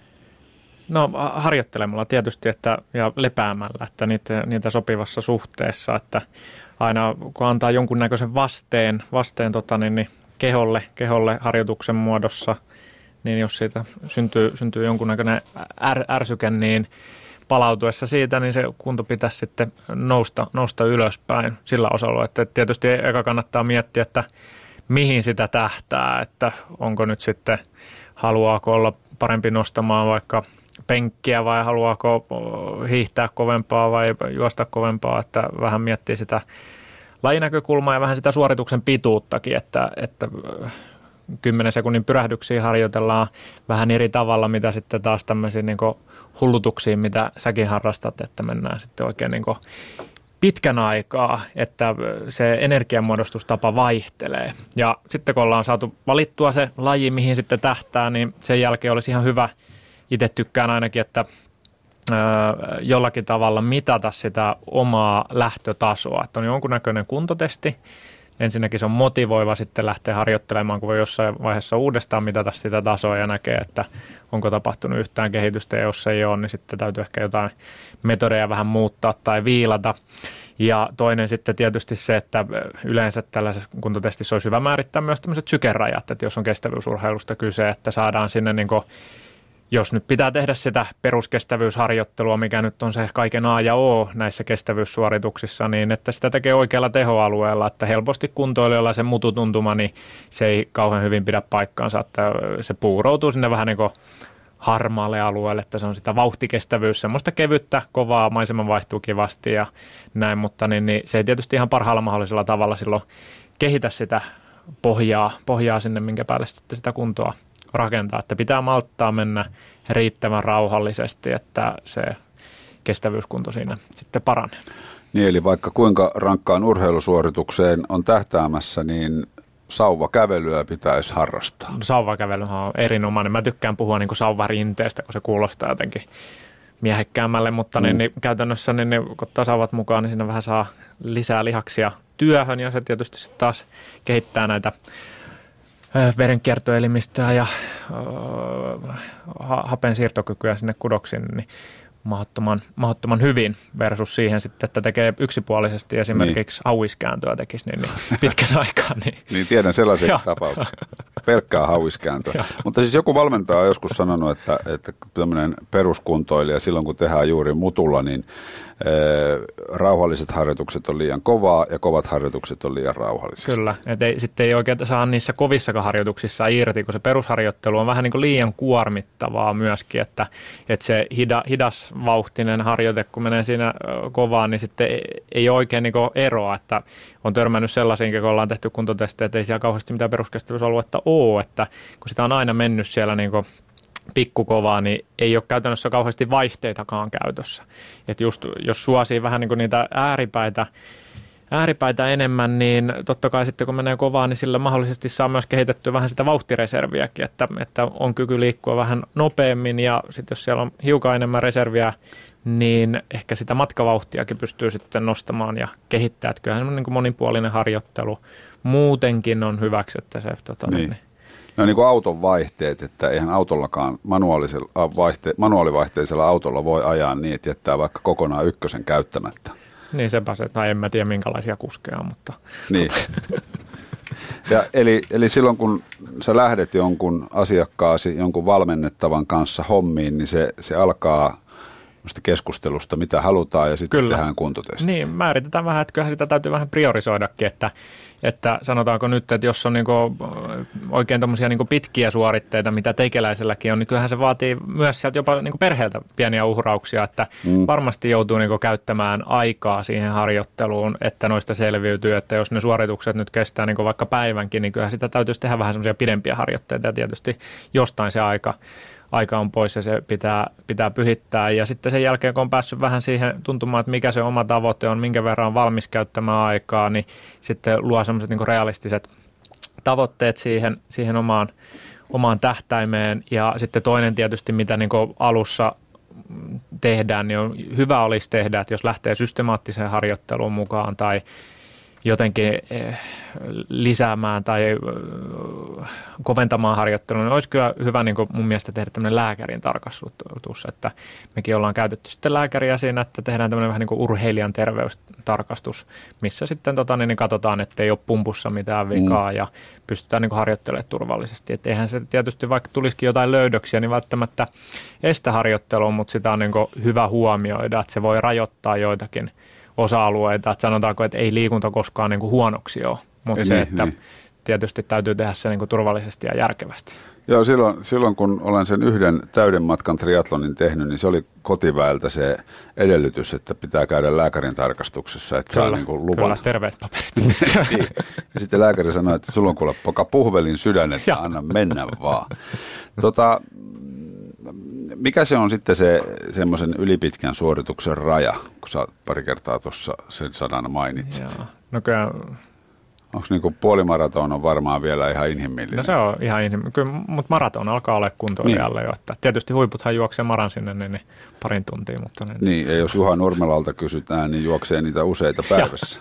No harjoittelemalla tietysti että, ja lepäämällä, että niitä, niitä sopivassa suhteessa, että aina kun antaa jonkunnäköisen vasteen, vasteen tota, niin, niin keholle, keholle harjoituksen muodossa, niin jos siitä syntyy, syntyy jonkunnäköinen är, ärsyke, niin palautuessa siitä, niin se kunto pitäisi sitten nousta, nousta ylöspäin sillä osalla. Että tietysti eka kannattaa miettiä, että mihin sitä tähtää, että onko nyt sitten, haluaako olla parempi nostamaan vaikka penkkiä vai haluaako hiihtää kovempaa vai juosta kovempaa, että vähän miettii sitä lajinäkökulmaa ja vähän sitä suorituksen pituuttakin, että, että kymmenen sekunnin pyrähdyksiä harjoitellaan vähän eri tavalla, mitä sitten taas tämmöisiin niin kuin hullutuksiin, mitä säkin harrastat, että mennään sitten oikein niin kuin pitkän aikaa, että se energiamuodostustapa vaihtelee. Ja sitten kun ollaan saatu valittua se laji, mihin sitten tähtää, niin sen jälkeen olisi ihan hyvä, itse tykkään ainakin, että jollakin tavalla mitata sitä omaa lähtötasoa. Että on jonkunnäköinen kuntotesti. Ensinnäkin se on motivoiva sitten lähteä harjoittelemaan, kun voi jossain vaiheessa uudestaan mitata sitä tasoa ja näkee, että onko tapahtunut yhtään kehitystä, ja jos ei ole, niin sitten täytyy ehkä jotain metodeja vähän muuttaa tai viilata. Ja toinen sitten tietysti se, että yleensä tällaisessa kuntotestissä olisi hyvä määrittää myös tämmöiset sykerajat, että jos on kestävyysurheilusta kyse, että saadaan sinne niin kuin, jos nyt pitää tehdä sitä peruskestävyysharjoittelua, mikä nyt on se kaiken A ja O näissä kestävyyssuorituksissa, niin että sitä tekee oikealla tehoalueella, että helposti kuntoilijoilla se mututuntuma, niin se ei kauhean hyvin pidä paikkaansa, että se puuroutuu sinne vähän niin kuin harmaalle alueelle, että se on sitä vauhtikestävyys, semmoista kevyttä, kovaa, maisema vaihtuu kivasti ja näin, mutta niin, niin se ei tietysti ihan parhaalla mahdollisella tavalla silloin kehitä sitä pohjaa, pohjaa sinne, minkä päälle sitten sitä kuntoa rakentaa, että pitää malttaa mennä riittävän rauhallisesti, että se kestävyyskunto siinä sitten paranee. Niin, eli vaikka kuinka rankkaan urheilusuoritukseen on tähtäämässä, niin sauvakävelyä pitäisi harrastaa. Sauvakävely on erinomainen. Mä tykkään puhua niin kuin sauvarinteestä, kun se kuulostaa jotenkin miehekkäämmälle, mutta mm. niin, niin käytännössä niin, niin, kun ottaa sauvat mukaan, niin siinä vähän saa lisää lihaksia työhön, ja se tietysti sitten taas kehittää näitä verenkiertoelimistöä ja äh, hapen siirtokykyä sinne kudoksiin, niin mahdottoman, mahdottoman hyvin versus siihen sitten, että tekee yksipuolisesti esimerkiksi niin. hauiskääntöä tekisi niin, niin pitkän aikaa. Niin, niin tiedän sellaisen tapauksen. Pelkkää hauiskääntöä. Mutta siis joku valmentaja on joskus sanonut, että, että tämmöinen peruskuntoilija silloin kun tehdään juuri mutulla, niin e, rauhalliset harjoitukset on liian kovaa ja kovat harjoitukset on liian rauhallisesti. Kyllä, että ei, sitten ei oikein saa niissä kovissakaan harjoituksissa irti, kun se perusharjoittelu on vähän niin kuin liian kuormittavaa myöskin, että, että se hida, hidas vauhtinen harjoite, kun menee siinä kovaan, niin sitten ei oikein niin kuin eroa, että on törmännyt sellaisiin, kun ollaan tehty kuntotestejä, että ei siellä kauheasti mitään peruskestävyysaluetta ole, että kun sitä on aina mennyt siellä niin kuin pikkukovaa, niin ei ole käytännössä kauheasti vaihteitakaan käytössä. Että just jos suosii vähän niin kuin niitä ääripäitä, ääripäitä enemmän, niin totta kai sitten kun menee kovaa, niin sillä mahdollisesti saa myös kehitettyä vähän sitä vauhtireserviäkin, että, että on kyky liikkua vähän nopeammin, ja sitten jos siellä on hiukan enemmän reserviä, niin ehkä sitä matkavauhtiakin pystyy sitten nostamaan ja kehittää. Että kyllähän niin kuin monipuolinen harjoittelu muutenkin on hyväksi, että se tota, niin. Niin. No niin kuin auton vaihteet, että eihän autollakaan manuaalisella vaihte, manuaalivaihteisella autolla voi ajaa niin, että jättää vaikka kokonaan ykkösen käyttämättä. Niin sepä se, tai en mä tiedä minkälaisia kuskeja, mutta... Niin. Ja eli, eli silloin kun sä lähdet jonkun asiakkaasi, jonkun valmennettavan kanssa hommiin, niin se, se alkaa keskustelusta, mitä halutaan, ja sitten Kyllä. tehdään kuntotestit. Niin, määritetään vähän, että kyllähän sitä täytyy vähän priorisoidakin, että, että sanotaanko nyt, että jos on niinku oikein tommosia niinku pitkiä suoritteita, mitä teikäläiselläkin on, niin kyllähän se vaatii myös sieltä jopa niinku perheeltä pieniä uhrauksia, että mm. varmasti joutuu niinku käyttämään aikaa siihen harjoitteluun, että noista selviytyy, että jos ne suoritukset nyt kestää niinku vaikka päivänkin, niin kyllähän sitä täytyisi tehdä vähän semmoisia pidempiä harjoitteita, ja tietysti jostain se aika aika on pois ja se pitää, pitää pyhittää. Ja sitten sen jälkeen, kun on päässyt vähän siihen tuntumaan, että mikä se oma tavoite on, minkä verran on valmis käyttämään aikaa, niin sitten luo sellaiset niin kuin realistiset tavoitteet siihen, siihen omaan, omaan tähtäimeen. Ja sitten toinen tietysti, mitä niin kuin alussa tehdään, niin on hyvä olisi tehdä, että jos lähtee systemaattiseen harjoitteluun mukaan tai jotenkin lisäämään tai koventamaan harjoittelua, niin olisi kyllä hyvä niin kuin mun mielestä tehdä tämmöinen lääkärin tarkastus, että mekin ollaan käytetty sitten lääkäriä siinä, että tehdään tämmöinen vähän niin kuin urheilijan terveystarkastus, missä sitten tota, niin katsotaan, että ei ole pumpussa mitään vikaa mm. ja pystytään niin kuin harjoittelemaan turvallisesti. Että eihän se tietysti, vaikka tulisikin jotain löydöksiä, niin välttämättä estä harjoittelua, mutta sitä on niin kuin hyvä huomioida, että se voi rajoittaa joitakin osa-alueita, että sanotaanko, että ei liikunta koskaan niin kuin huonoksi ole, mutta se, niin, että niin. tietysti täytyy tehdä se niin kuin turvallisesti ja järkevästi. Joo, silloin, silloin kun olen sen yhden täyden matkan triathlonin tehnyt, niin se oli kotiväeltä se edellytys, että pitää käydä lääkärin tarkastuksessa, että kyllä, saa niin kuin luvan. Kyllä, terveet paperit. Niin. Ja sitten lääkäri sanoi, että sulla on kuule poka puhvelin sydän, että anna mennä vaan. Tota, mikä se on sitten se semmoisen ylipitkän suorituksen raja, kun sä pari kertaa tuossa sen sadan mainitsit? Joo. No kyllä... Onko niin kuin puolimaraton on varmaan vielä ihan inhimillinen? No se on ihan inhimillinen, mutta maraton alkaa olla kuntoilijalle niin. jo. Että tietysti huiputhan juoksee maran sinne niin, niin parin tuntia. Mutta niin, niin, ja jos Juha Nurmelalta kysytään, niin juoksee niitä useita päivässä.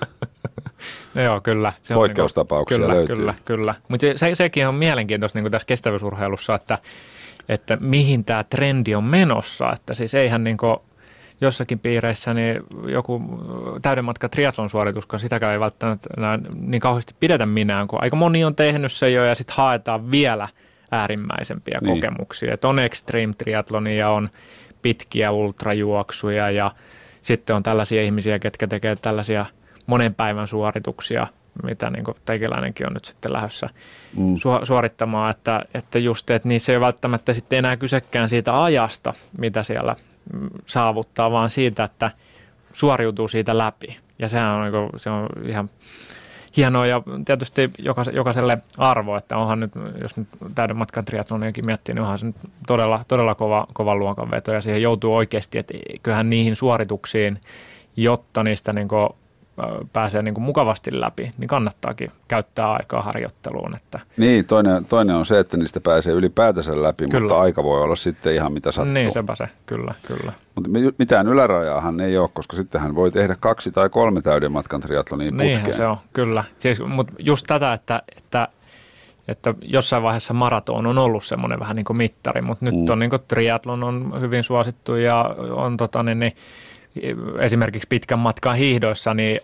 No joo, kyllä. Se Poikkeustapauksia on, kyllä, löytyy. Kyllä, kyllä. Mutta se, sekin on mielenkiintoista niin kuin tässä kestävyysurheilussa, että, että mihin tämä trendi on menossa. Että siis eihän niin kuin jossakin piireissä niin joku täyden matka triathlon suoritus, kun sitäkään ei välttämättä niin kauheasti pidetä minään, kun aika moni on tehnyt se jo ja sitten haetaan vielä äärimmäisempiä niin. kokemuksia. Että on extreme triathlonia, on pitkiä ultrajuoksuja ja sitten on tällaisia ihmisiä, ketkä tekee tällaisia monen päivän suorituksia, mitä niin kuin teikäläinenkin on nyt sitten lähdössä mm. su- suorittamaan, että, että just, että niissä ei ole välttämättä sitten enää kysekään siitä ajasta, mitä siellä saavuttaa, vaan siitä, että suoriutuu siitä läpi. Ja sehän on, se on ihan hienoa ja tietysti jokaiselle arvo, että onhan nyt, jos nyt täyden matkan triathloniakin miettii, niin onhan se nyt todella, todella kova, kova luokanveto ja siihen joutuu oikeasti, että kyllähän niihin suorituksiin, jotta niistä niin kuin pääsee niin kuin mukavasti läpi, niin kannattaakin käyttää aikaa harjoitteluun. Että niin, toinen, toinen on se, että niistä pääsee ylipäätänsä läpi, kyllä. mutta aika voi olla sitten ihan mitä sattuu. Niin, sepä se, kyllä, kyllä. Mutta mitään ylärajaahan ei ole, koska sittenhän voi tehdä kaksi tai kolme täyden matkan triathlonia putkeen. Niinhän se on, kyllä. Siis, mutta just tätä, että, että, että jossain vaiheessa maraton on ollut semmoinen vähän niin kuin mittari, mutta nyt mm. on niin kuin triathlon on hyvin suosittu ja on tota niin, niin esimerkiksi pitkän matkan hiihdoissa niin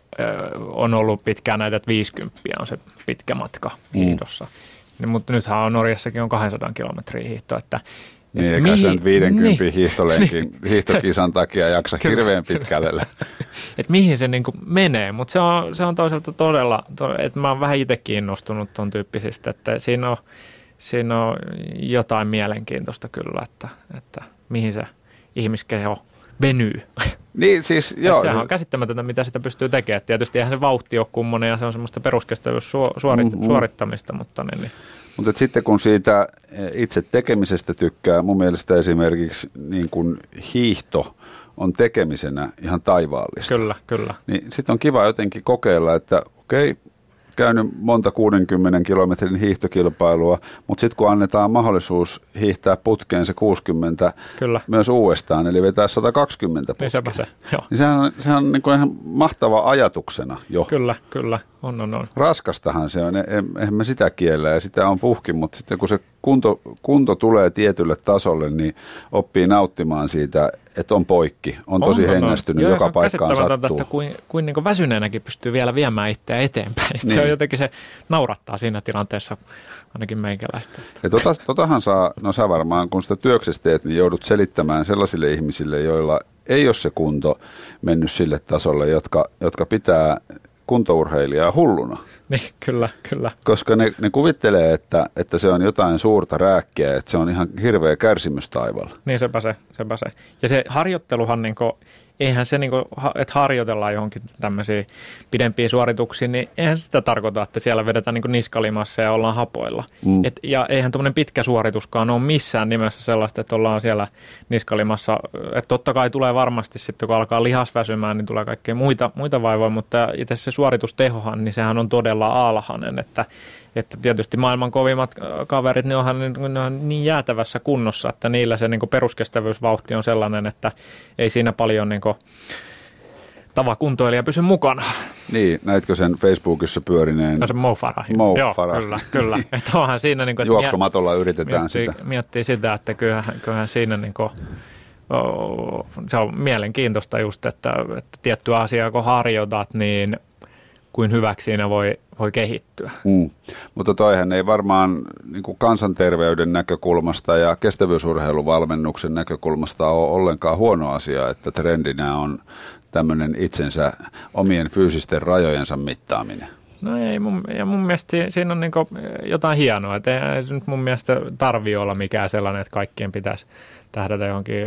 on ollut pitkään näitä, että viisikymmentä on se pitkä matka hiihdossa. Mm. Mutta nythän on Norjassakin on kaksisataa kilometriä hiihto. Että, niin, eikä mihin, sen viidenkymmenen niin, hiihtolenkin, hiihtokisan takia jaksa hirveän pitkälle. Että mihin se niinku menee, mutta se on, se on toisaalta todella, että mä oon vähän itse kiinnostunut ton tyyppisistä, että siinä on, siinä on jotain mielenkiintoista kyllä, että, että mihin se ihmiskeho venyy. Niin, siis, joo. Sehän on käsittämätöntä, mitä sitä pystyy tekemään. Tietysti eihän se vauhti ole kummonen ja se on semmoista peruskestävyyssuorittamista, mutta niin, niin. Mutta sitten kun siitä itse tekemisestä tykkää, mun mielestä esimerkiksi niin kun hiihto on tekemisenä ihan taivaallista. Kyllä, kyllä. Niin sitten on kiva jotenkin kokeilla, että okei, okay, käynyt monta kuudenkymmenen kilometrin hiihtokilpailua, mutta sitten kun annetaan mahdollisuus hiihtää putkeen se kuusikymmentä kyllä. myös uudestaan, eli vetää sata kaksikymmentä putkeen, niin, se, joo. niin sehän on, sehän on niin kuin ihan mahtava ajatuksena jo. Kyllä, kyllä, on, on, on. Raskastahan se on, eihän me sitä kiellä ja sitä on puhki, mutta sitten kun se kunto, kunto tulee tietylle tasolle, niin oppii nauttimaan siitä, että on poikki, on tosi on, hengästynyt, on, joka paikkaan sattuu. Että kuin, kuin, niin kuin väsyneenäkin pystyy vielä viemään itseä eteenpäin. Niin. Se on jotenkin, se naurattaa siinä tilanteessa ainakin meikäläistä. Ja tota, totahan saa, no sä varmaan, kun sitä työksestä teet, niin joudut selittämään sellaisille ihmisille, joilla ei ole se kunto mennyt sille tasolle, jotka, jotka pitää kuntourheilijaa hulluna. Niin, kyllä, kyllä. Koska ne, ne kuvittelee, että, että se on jotain suurta rääkkiä, että se on ihan hirveä kärsimys taivaalla. Niin, sepä se, sepä se. Ja se harjoitteluhan, niin kuin, eihän se, niin kuin, että harjoitellaan johonkin tämmöisiä pidempiä suorituksia, niin eihän sitä tarkoita, että siellä vedetään niin niskalimassa ja ollaan hapoilla. Mm. Et, ja eihän tämmöinen pitkä suorituskaan ole missään nimessä sellaista, että ollaan siellä niskalimassa. Että totta kai tulee varmasti sitten, kun alkaa lihas väsymään, niin tulee kaikkea muita, muita vaivoja, mutta itse se suoritustehohan, niin sehän on todella alhainen, että Että tietysti maailman kovimmat kaverit, ne onhan, ne on niin jäätävässä kunnossa, että niillä se niin kuin peruskestävyysvauhti on sellainen, että ei siinä paljon niin kuin tavakuntoilija pysy mukana. Niin, näitkö sen Facebookissa pyörineen? No se Mo Farah. Mo Joo, Farah. kyllä, kyllä. Että onhan siinä niin kuin, juoksumatolla yritetään miettii, sitä. Miettii sitä, että kyllähän, kyllähän siinä niin kuin, oh, se on mielenkiintoista just, että, että tiettyä asiaa kun harjoitat, niin kuin hyväksi siinä voi, voi kehittyä. Mm. Mutta toihan ei varmaan niin kuin kansanterveyden näkökulmasta ja kestävyysurheiluvalmennuksen näkökulmasta ole ollenkaan huono asia, että trendinä on tämmöinen itsensä omien fyysisten rajojensa mittaaminen. No ei, mun, ja mun mielestä siinä on niin jotain hienoa, että ei se nyt mun mielestä tarvitse olla mikään sellainen, että kaikkien pitäisi tähdätä johonkin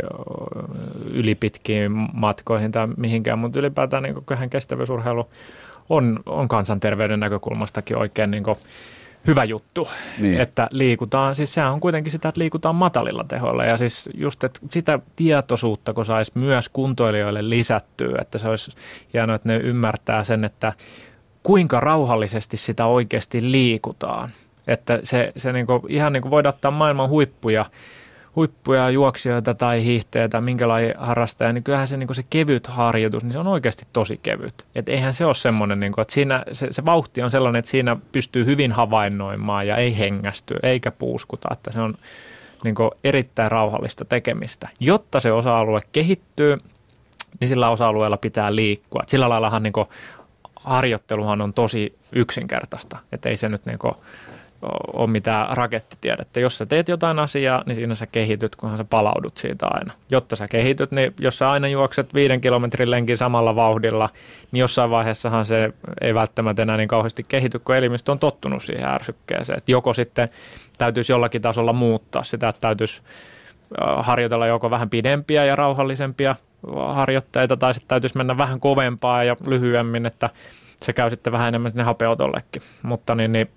ylipitkiin matkoihin tai mihinkään, mutta ylipäätään niin kyllähän kestävyysurheilu on, on kansanterveyden näkökulmastakin oikein niin hyvä juttu, niin. Että liikutaan, siis sehän on kuitenkin sitä, että liikutaan matalilla tehoilla ja siis just, että sitä tietoisuutta, kun saisi myös kuntoilijoille lisättyä, että se olisi hienoa, että ne ymmärtää sen, että kuinka rauhallisesti sitä oikeasti liikutaan, että se, se niin kuin, ihan niin kuin voidaan ottaa maailman huippuja, huippuja, juoksijoita tai hiihteitä, minkälainen harrastaja, niin kyllähän se, niin se kevyt harjoitus, niin se on oikeasti tosi kevyt. Että eihän se ole semmoinen, niin kuin, että siinä se, se vauhti on sellainen, että siinä pystyy hyvin havainnoimaan ja ei hengästy eikä puuskuta, että se on niin kuin erittäin rauhallista tekemistä. Jotta se osa-alue kehittyy, niin sillä osa-alueella pitää liikkua. Et sillä laillahan niin kuin harjoitteluhan on tosi yksinkertaista, että ei se nyt niin kuin ole mitään rakettitiedettä. Jos sä teet jotain asiaa, niin siinä sä kehityt, kunhan sä palaudut siitä aina. Jotta sä kehityt, niin jos sä aina juokset viiden kilometrin lenkin samalla vauhdilla, niin jossain vaiheessahan se ei välttämättä enää niin kauheasti kehity, kun elimistö on tottunut siihen ärsykkeeseen. Et joko sitten täytyisi jollakin tasolla muuttaa sitä, että täytyisi harjoitella joko vähän pidempiä ja rauhallisempia harjoitteita, tai sitten täytyisi mennä vähän kovempaa ja lyhyemmin, että se käy sitten vähän enemmän sinne hapeutollekin. Mutta niin, niin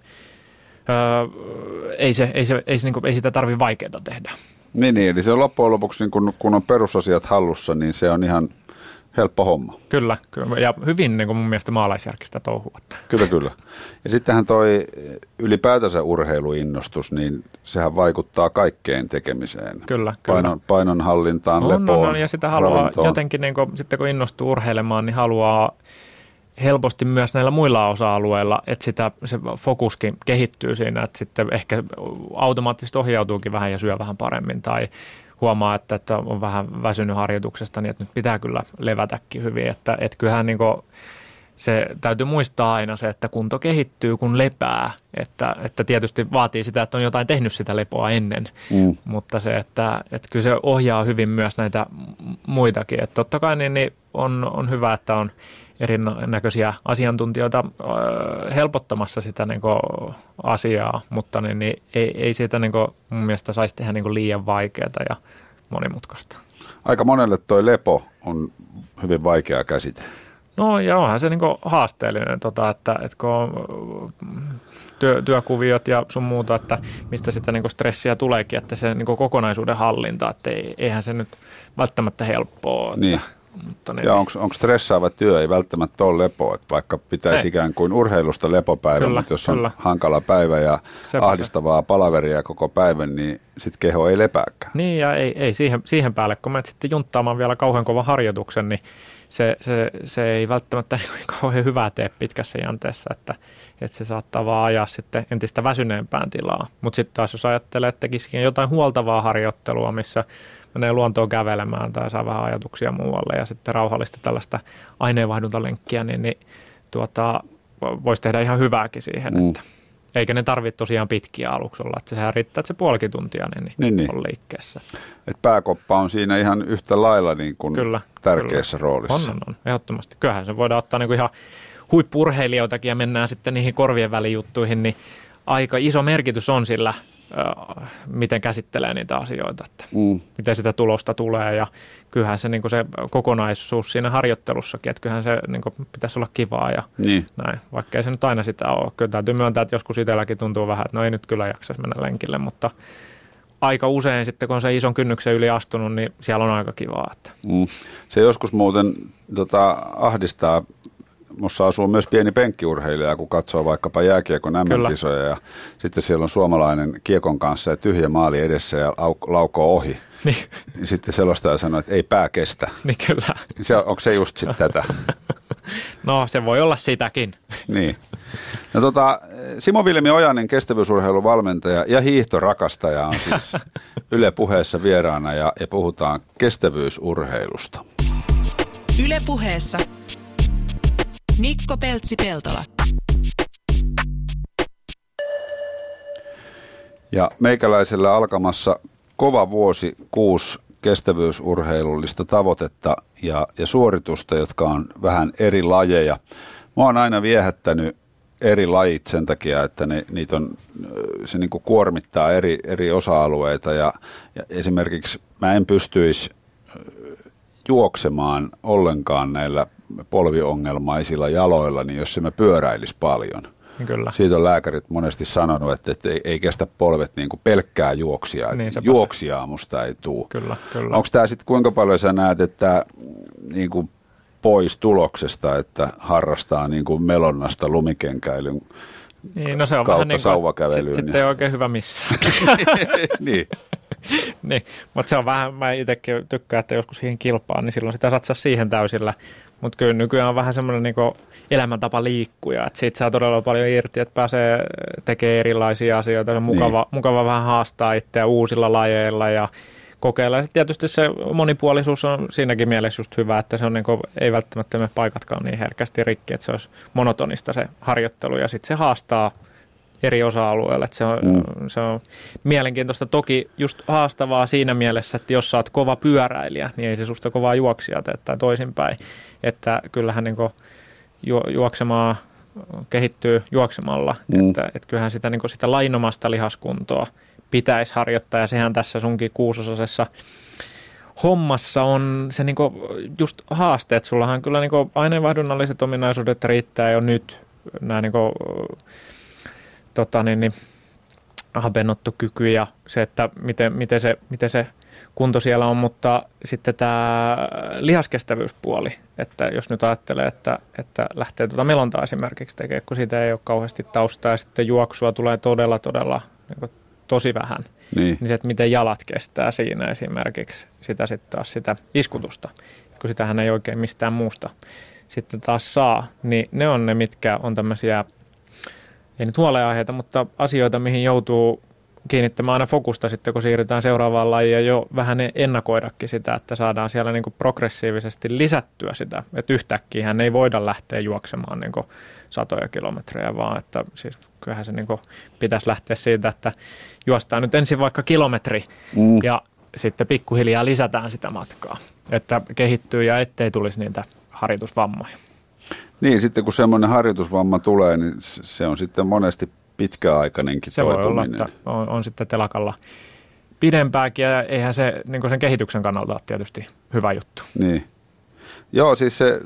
Öö, ei, se, ei, se, ei, se, niin kuin, ei sitä tarvitse vaikeaa tehdä. Niin, niin, eli se on loppujen lopuksi, niin kun, kun on perusasiat hallussa, niin se on ihan helppo homma. Kyllä, kyllä. Ja hyvin niin kuin mun mielestä maalaisjärkistä touhua. Kyllä, kyllä. Ja sittenhän toi ylipäätänsä urheiluinnostus, niin sehän vaikuttaa kaikkeen tekemiseen. Kyllä, Painon, kyllä. Painonhallintaan, on, lepoon, on, on, ja sitä haluaa ravintoon. Jotenkin, niin kuin, sitten kun innostuu urheilemaan, niin haluaa helposti myös näillä muilla osa-alueilla, että sitä, se fokuskin kehittyy siinä, että sitten ehkä automaattisesti ohjautuukin vähän ja syö vähän paremmin tai huomaa, että, että on vähän väsynyt harjoituksesta, niin että nyt pitää kyllä levätäkin hyvin, että, että kyllähän niin kuin se täytyy muistaa aina se, että kunto kehittyy kun lepää, että, että tietysti vaatii sitä, että on jotain tehnyt sitä lepoa ennen, mm. mutta se, että, että kyllä se ohjaa hyvin myös näitä muitakin, että totta kai niin, niin on, on hyvä, että on erinäköisiä asiantuntijoita helpottamassa sitä niin kuin asiaa, mutta niin, niin ei, ei siitä niin kuin mun mielestä saisi tehdä niin kuin liian vaikeaa ja monimutkaista. Aika monelle toi lepo on hyvin vaikea käsite. No ja onhan se niin kuin haasteellinen, tota, että, että kun on työ, työkuviot ja sun muuta, että mistä sitä niin kuin stressiä tuleekin, että se niin kuin kokonaisuuden hallinta, että ei, eihän se nyt välttämättä helppoa. Niin. Että, mutta niin, ja onko stressaava työ, ei välttämättä ole lepo, että vaikka pitäisi ei. ikään kuin urheilusta lepopäivä, kyllä, mutta jos on kyllä. hankala päivä ja sepä ahdistavaa se. palaveria koko päivän, niin sitten keho ei lepääkään. Niin ja ei, ei siihen, siihen päälle, kun menet sitten junttaamaan vielä kauhean kovan harjoituksen, niin se, se, se ei välttämättä kauhean hyvää tee pitkässä jänteessä, että, että se saattaa vaan ajaa sitten entistä väsyneempään tilaa. Mutta sitten taas jos ajattelee, että tekisikin jotain huoltavaa harjoittelua, missä menee luontoon kävelemään tai saa vähän ajatuksia muualle ja sitten rauhallista tällaista aineenvaihduntalenkkiä, niin, niin tuota, voisi tehdä ihan hyvääkin siihen, mm. että eikä ne tarvitse tosiaan pitkiä aluksi olla, että sehän riittää, että se puolikin tuntia niin, niin, niin on liikkeessä. Et pääkoppa on siinä ihan yhtä lailla niin kuin kyllä, tärkeässä kyllä. roolissa. On, on, on, ehdottomasti. Kyllähän se voidaan ottaa niin kuin ihan huippu-urheilijoitakin ja mennään sitten niihin korvien välijuttuihin, niin aika iso merkitys on sillä, miten käsittelee niitä asioita, että mm. miten sitä tulosta tulee ja kyllähän se, niin kuin se kokonaisuus siinä harjoittelussakin, että kyllähän se niin kuin pitäisi olla kivaa ja niin. näin, vaikka ei se nyt aina sitä ole. Kyllä täytyy myöntää, että joskus itselläkin tuntuu vähän, että no ei nyt kyllä jaksaisi mennä lenkille, mutta aika usein sitten, kun on se ison kynnyksen yli astunut, niin siellä on aika kivaa. Että. Mm. Se joskus muuten tota, ahdistaa. Minussa asuu myös pieni penkkiurheilija, kun katsoo vaikkapa jääkiekon äm äm-kisoja ja sitten siellä on suomalainen kiekon kanssa ja tyhjä maali edessä ja laukoo ohi. Niin. Sitten selostaja sanoo, että ei pää kestä. Niin kyllä. Se, onko se just sitten tätä? No se voi olla sitäkin. Niin. No tota, Simo Vilmi Ojanen, kestävyysurheiluvalmentaja ja hiihtorakastaja on siis Yle Puheessa vieraana ja, ja puhutaan kestävyysurheilusta. Yle Puheessa Nikko Peltsi-Peltola. Ja meikäläisellä alkamassa kova vuosi kuusi kestävyysurheilullista tavoitetta ja, ja suoritusta, jotka on vähän eri lajeja. Mua on aina viehättänyt eri lajit sen takia, että ne, niitä on, se niin kuin kuormittaa eri, eri osa-alueita ja, ja esimerkiksi mä en pystyisi juoksemaan ollenkaan näillä polviongelmaisilla jaloilla, niin jos se mä pyöräilisi paljon. Kyllä. Siitä on lääkärit monesti sanonut, että, että ei, ei kestä polvet niin kuin pelkkää juoksijaa, niin, juoksijaa musta ei tule. Kyllä, kyllä. Onko tämä sitten, kuinka paljon sä näet, että niin kuin pois tuloksesta, että harrastaa niin kuin melonnasta lumikenkäilyn niin, no se on kautta vähän niin sauvakävelyyn? Sitten sit ei oikein hyvä missään. niin. niin, mutta se on vähän, mä itsekin tykkään, että joskus siihen kilpaan, niin silloin sitä satsaa siihen täysillä. Mutta kyllä nykyään on vähän semmoinen niinku elämäntapa liikkuja, että siitä saa todella paljon irti, että pääsee tekemään erilaisia asioita. Se on mukava, niin. mukava vähän haastaa itseä uusilla lajeilla ja kokeilla. Ja tietysti se monipuolisuus on siinäkin mielessä just hyvä, että se on niinku, ei välttämättä me paikatkaan niin herkästi rikki, että se olisi monotonista se harjoittelu ja sitten se haastaa eri osa-alueilla. Se on, mm. se on mielenkiintoista. Toki just haastavaa siinä mielessä, että jos sä oot kova pyöräilijä, niin ei se susta kovaa juoksija tee tai toisinpäin. Että kyllähän niin kuin ju, juoksemaa kehittyy juoksemalla. Mm. Että, että kyllähän sitä, niin kuin sitä lainomasta lihaskuntoa pitäisi harjoittaa ja sehän tässä sunkin kuusosaisessa hommassa on se niin kuin just haasteet. Sullahan kyllä niin kuin aineenvaihdunnalliset ominaisuudet riittää jo nyt. Nämä niin kuin Tota, niin, niin, hapenottokyky ja se, että miten, miten, se, miten se kunto siellä on, mutta sitten tämä lihaskestävyyspuoli, että jos nyt ajattelee, että, että lähtee tuota melontaa esimerkiksi tekemään, kun siitä ei ole kauheasti taustaa ja sitten juoksua tulee todella, todella niin kuin tosi vähän, niin. niin se, että miten jalat kestää siinä esimerkiksi sitä sitten taas sitä iskutusta, kun sitähän ei oikein mistään muusta sitten taas saa, niin ne on ne, mitkä on tämmöisiä ei nyt huolenaiheita, mutta asioita, mihin joutuu kiinnittämään aina fokusta sitten, kun siirrytään seuraavaan lajiin ja jo vähän ennakoidakin sitä, että saadaan siellä niin kuin progressiivisesti lisättyä sitä. Että yhtäkkiä hän ei voida lähteä juoksemaan niin kuin satoja kilometrejä, vaan että siis kyllähän se niin kuin pitäisi lähteä siitä, että juostaan nyt ensin vaikka kilometri mm. ja sitten pikkuhiljaa lisätään sitä matkaa, että kehittyy ja ettei tulisi niitä harjoitusvammoja. Niin, sitten kun semmoinen harjoitusvamma tulee, niin se on sitten monesti pitkäaikainenkin se toipuminen. Se voi olla, että on, on sitten telakalla pidempääkin ja eihän se niin kuin sen kehityksen kannalta ole tietysti hyvä juttu. Niin. Joo, siis se,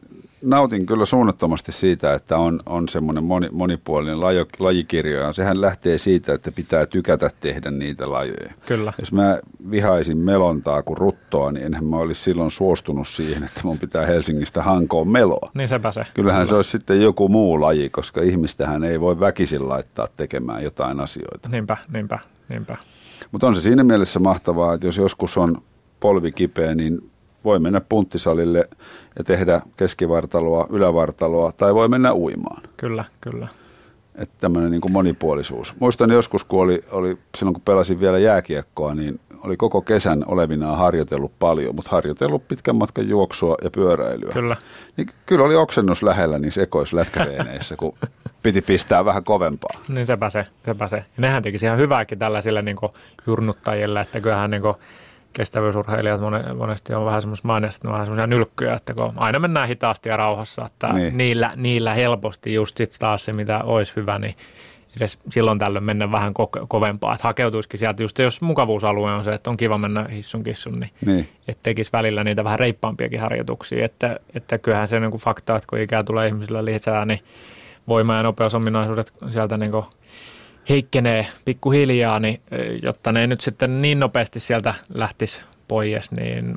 nautin kyllä suunnattomasti siitä, että on, on semmoinen moni, monipuolinen lajo, lajikirjo ja sehän lähtee siitä, että pitää tykätä tehdä niitä lajeja. Kyllä. Jos mä vihaisin melontaa kuin ruttoa, niin enhän mä olisi silloin suostunut siihen, että mun pitää Helsingistä Hankoon meloa. Niin sepä se. Kyllähän Kyllä. se olisi sitten joku muu laji, koska ihmistähän ei voi väkisin laittaa tekemään jotain asioita. Niinpä, niinpä, niinpä. Mutta on se siinä mielessä mahtavaa, että jos joskus on polvi kipeä, niin voi mennä punttisalille ja tehdä keskivartaloa, ylävartaloa tai voi mennä uimaan. Kyllä, kyllä. Että tämmöinen niin kuin monipuolisuus. Muistan joskus, kun oli, oli, silloin kun pelasin vielä jääkiekkoa, niin oli koko kesän olevinaan harjoitellut paljon, mutta harjoitellut pitkän matkan juoksua ja pyöräilyä. Kyllä. Niin kyllä oli oksennus lähellä niissä ekoislätkäreeneissä, kun piti pistää vähän kovempaa. Niin sepä se, sepä se. Ja nehän tekisi ihan hyvääkin tällaisille niin kuin jurnuttajille, että kyllähän niin kuin kestävyysurheilijat monesti on vähän semmoista maineesta, vähän semmoisia nylkkyjä, että kun aina mennään hitaasti ja rauhassa, että niin. niillä, niillä helposti just sit taas se, mitä olisi hyvä, niin edes silloin tällöin mennä vähän ko- kovempaa, että hakeutuisikin sieltä, just jos mukavuusalue on se, että on kiva mennä hissun kissun, niin, niin. että tekisi välillä niitä vähän reippaampiakin harjoituksia, että, että kyllähän se niin kuin fakta, että kun ikää tulee ihmisillä lisää, niin voima- ja nopeusominaisuudet sieltä niin kuin heikkenee pikkuhiljaa, niin jotta ne nyt sitten niin nopeasti sieltä lähtisi pois, niin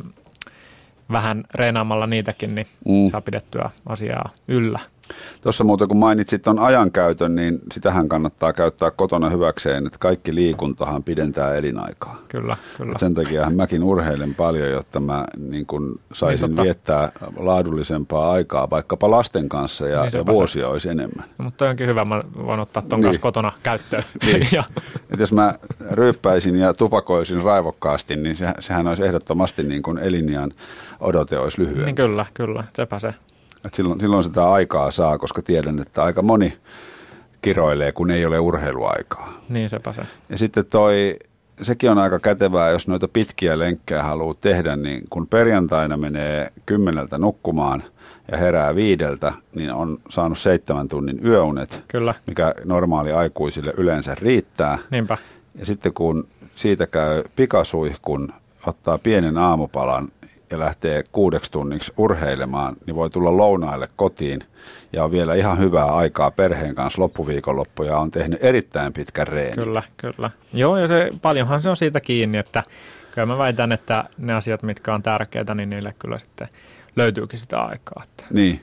vähän reenaamalla niitäkin, niin mm. saa pidettyä asiaa yllä. Tuossa muuten kun mainitsit tuon ajankäytön, niin sitähän kannattaa käyttää kotona hyväkseen, että kaikki liikuntahan pidentää elinaikaa. Kyllä, kyllä. Et sen takiahan mäkin urheilen paljon, jotta mä niin kun saisin niin, viettää laadullisempaa aikaa vaikkapa lasten kanssa ja, niin ja vuosia olisi enemmän. No, mutta toi onkin hyvä, mä voin ottaa ton niin. kanssa kotona käyttöön. Niin. ja. Et jos mä ryyppäisin ja tupakoisin raivokkaasti, niin se, sehän olisi ehdottomasti niin kuin eliniän odote olisi lyhyempi. Niin kyllä, kyllä, sepä se. Et silloin, silloin sitä aikaa saa, koska tiedän, että aika moni kiroilee, kun ei ole urheiluaikaa. Niin sepä se. Ja sitten toi, sekin on aika kätevää, jos noita pitkiä lenkkejä haluaa tehdä, niin kun perjantaina menee kymmeneltä nukkumaan, ja herää viideltä, niin on saanut seitsemän tunnin yöunet, Kyllä. mikä normaali aikuisille yleensä riittää. Niinpä. Ja sitten kun siitä käy pikasuihkun, ottaa pienen aamupalan ja lähtee kuudeksi tunniksi urheilemaan, niin voi tulla lounaille kotiin ja on vielä ihan hyvää aikaa perheen kanssa loppuviikonloppu ja on tehnyt erittäin pitkän reenin. Kyllä, kyllä. Joo, ja se, paljonhan se on siitä kiinni, että kyllä mä väitän, että ne asiat, mitkä on tärkeitä, niin niille kyllä sitten löytyykin sitä aikaa. Että, Niin,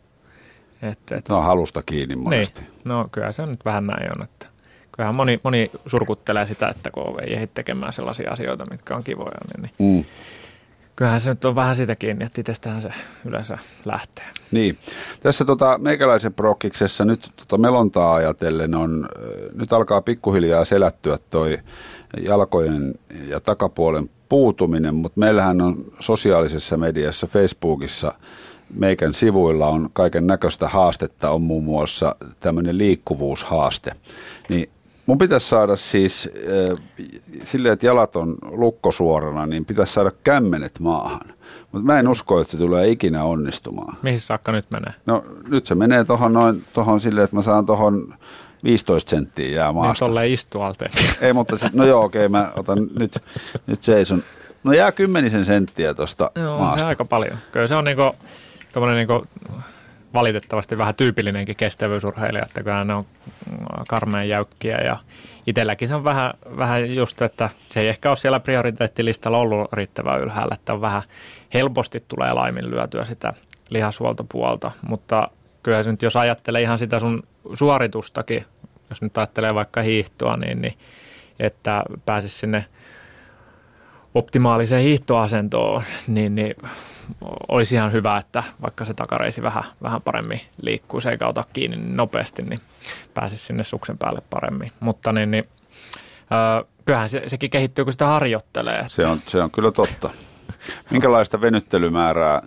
et, et, no halusta kiinni monesti. Niin, no kyllä se nyt vähän näin on, että kyllähän moni, moni surkuttelee sitä, että kun ei ehdi tekemään sellaisia asioita, mitkä on kivoja, niin, niin Mm. kyllähän se nyt on vähän siitä kiinni, että itsestähän se yleensä lähtee. Niin. Tässä tota, meikäläisen prokkiksessa nyt tota melontaa ajatellen on, nyt alkaa pikkuhiljaa selättyä toi jalkojen ja takapuolen puutuminen, mutta meillähän on sosiaalisessa mediassa, Facebookissa, meikän sivuilla on kaiken näköistä haastetta, on muun muassa tämmöinen liikkuvuushaaste. Niin mun pitäisi saada siis äh, silleen, että jalat on lukkosuorana, niin pitäisi saada kämmenet maahan. Mutta mä en usko, että se tulee ikinä onnistumaan. Mihin saakka nyt menee? No nyt se menee tuohon noin tohon silleen, että mä saan tuohon viisitoista senttiä jää Niin maasta. tolleen istualteen. Ei, mutta sit, no joo, okei, mä otan nyt, nyt seison. No jää kymmenisen senttiä tuosta Joo, maasta. se on aika paljon. Kyllä se on niinku, tommonen niinku valitettavasti vähän tyypillinenkin kestävyysurheilija, että kyllä ne on karmeen jäykkiä ja itselläkin se on vähän, vähän just, että se ei ehkä ole siellä prioriteettilistalla ollut riittävän ylhäällä, että on vähän helposti tulee laiminlyötyä sitä lihashuoltopuolta, mutta kyllä se nyt jos ajattelee ihan sitä sun suoritustakin, jos nyt ajattelee vaikka hiihtoa, niin, niin että pääsisi sinne optimaaliseen hiihtoasentoon, niin, niin olisi ihan hyvä, että vaikka se takareisi vähän, vähän paremmin liikkuu, se eikä ota kiinni niin nopeasti, niin pääsisi sinne suksen päälle paremmin. Mutta niin, niin, äh, kyllähän se, sekin kehittyy, kun sitä harjoittelee. Että. Se on, se on kyllä totta. Minkälaista venyttelymäärää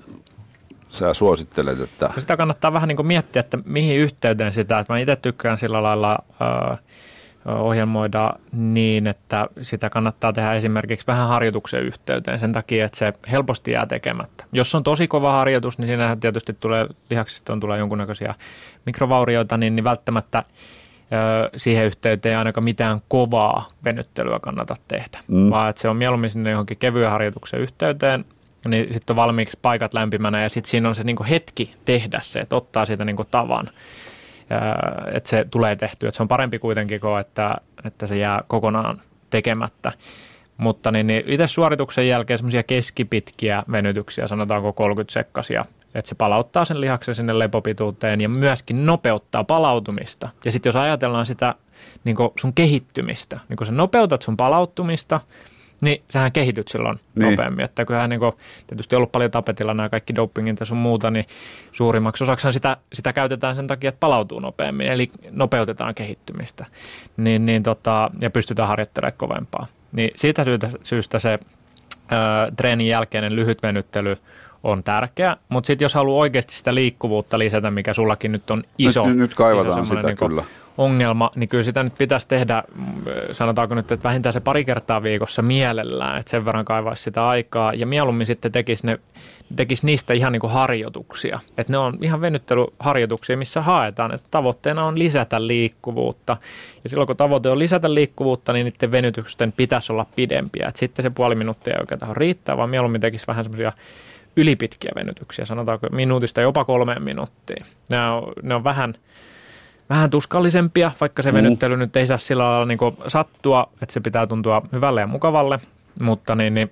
sä suosittelet? Että... Sitä kannattaa vähän niin kuin miettiä, että mihin yhteyteen sitä, että mä itse tykkään sillä lailla äh, ohjelmoida niin, että sitä kannattaa tehdä esimerkiksi vähän harjoituksen yhteyteen sen takia, että se helposti jää tekemättä. Jos on tosi kova harjoitus, niin siinähän tietysti tulee, lihaksista on tulee jonkunnäköisiä mikrovaurioita, niin, niin välttämättä ö, siihen yhteyteen ainakaan mitään kovaa venyttelyä kannata tehdä, mm. vaan että se on mieluummin sinne johonkin kevyen harjoituksen yhteyteen, niin sitten on valmiiksi paikat lämpimänä ja sitten siinä on se niinku hetki tehdä se, että ottaa siitä niinku tavan. Että se tulee tehtyä, että se on parempi kuitenkin kuin, että, että se jää kokonaan tekemättä. Mutta niin, niin itse suorituksen jälkeen semmoisia keskipitkiä venytyksiä, sanotaanko kolmekymmentä sekkasia, että se palauttaa sen lihaksen sinne lepopituuteen ja myöskin nopeuttaa palautumista. Ja sitten jos ajatellaan sitä niin kuin sun kehittymistä, niin kun sä nopeutat sun palautumista, niin sähän kehityt silloin niin nopeammin. Että kyllähän niin kuin, tietysti ollut paljon tapetilla nämä kaikki dopingit ja sun muuta, niin suurimmaksi osaksihan sitä, sitä käytetään sen takia, että palautuu nopeammin, eli nopeutetaan kehittymistä niin, niin tota, ja pystytään harjoittelemaan kovempaa. Niin siitä syystä, syystä se ö, treenin jälkeinen lyhyt venyttely on tärkeä, mutta sitten jos haluaa oikeasti sitä liikkuvuutta lisätä, mikä sullakin nyt on iso, nyt, nyt kaivataan iso sitä niin kyllä. ongelma, niin kyllä sitä nyt pitäisi tehdä, sanotaanko nyt, että vähintään se pari kertaa viikossa mielellään, että sen verran kaivaisi sitä aikaa ja mieluummin sitten tekisi, ne, tekisi niistä ihan niin kuin harjoituksia. Että ne on ihan venyttelyharjoituksia, missä haetaan, että tavoitteena on lisätä liikkuvuutta ja silloin kun tavoite on lisätä liikkuvuutta, niin niiden venytysten pitäisi olla pidempiä. Että sitten se puoli minuuttia ei oikein tähän riittää, vaan mieluummin tekisi vähän semmoisia ylipitkiä venytyksiä, sanotaanko minuutista jopa kolmeen minuuttiin. Ne on, ne on vähän... Vähän tuskallisempia, vaikka se venyttely mm. nyt ei saa sillä lailla niin kuin sattua, että se pitää tuntua hyvälle ja mukavalle, mutta niin, niin,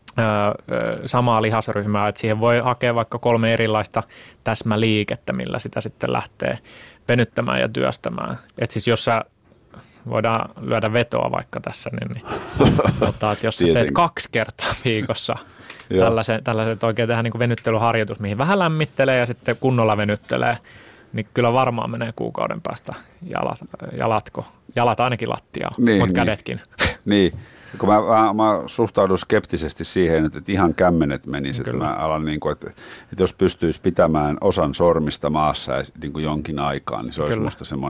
ö, samaa lihasryhmää, että siihen voi hakea vaikka kolme erilaista täsmäliikettä, millä sitä sitten lähtee venyttämään ja työstämään. Että siis jos sä, voidaan lyödä vetoa vaikka tässä, niin, niin tota, että jos sä teet kaksi kertaa viikossa tällaisen, tällaisen, että oikein tehdään niin kuin venyttelyharjoitus, mihin vähän lämmittelee ja sitten kunnolla venyttelee, niin kyllä varmaan menee kuukauden päästä jalat, jalatko. Jalat ainakin lattiaan, niin, mutta kädetkin. Niin, kun mä, mä, mä suhtaudun skeptisesti siihen, että ihan kämmenet menisivät, että mä alan niin kuin, että, että jos pystyisi pitämään osan sormista maassa niin kuin jonkin aikaa, niin se olisi kyllä musta semmoinen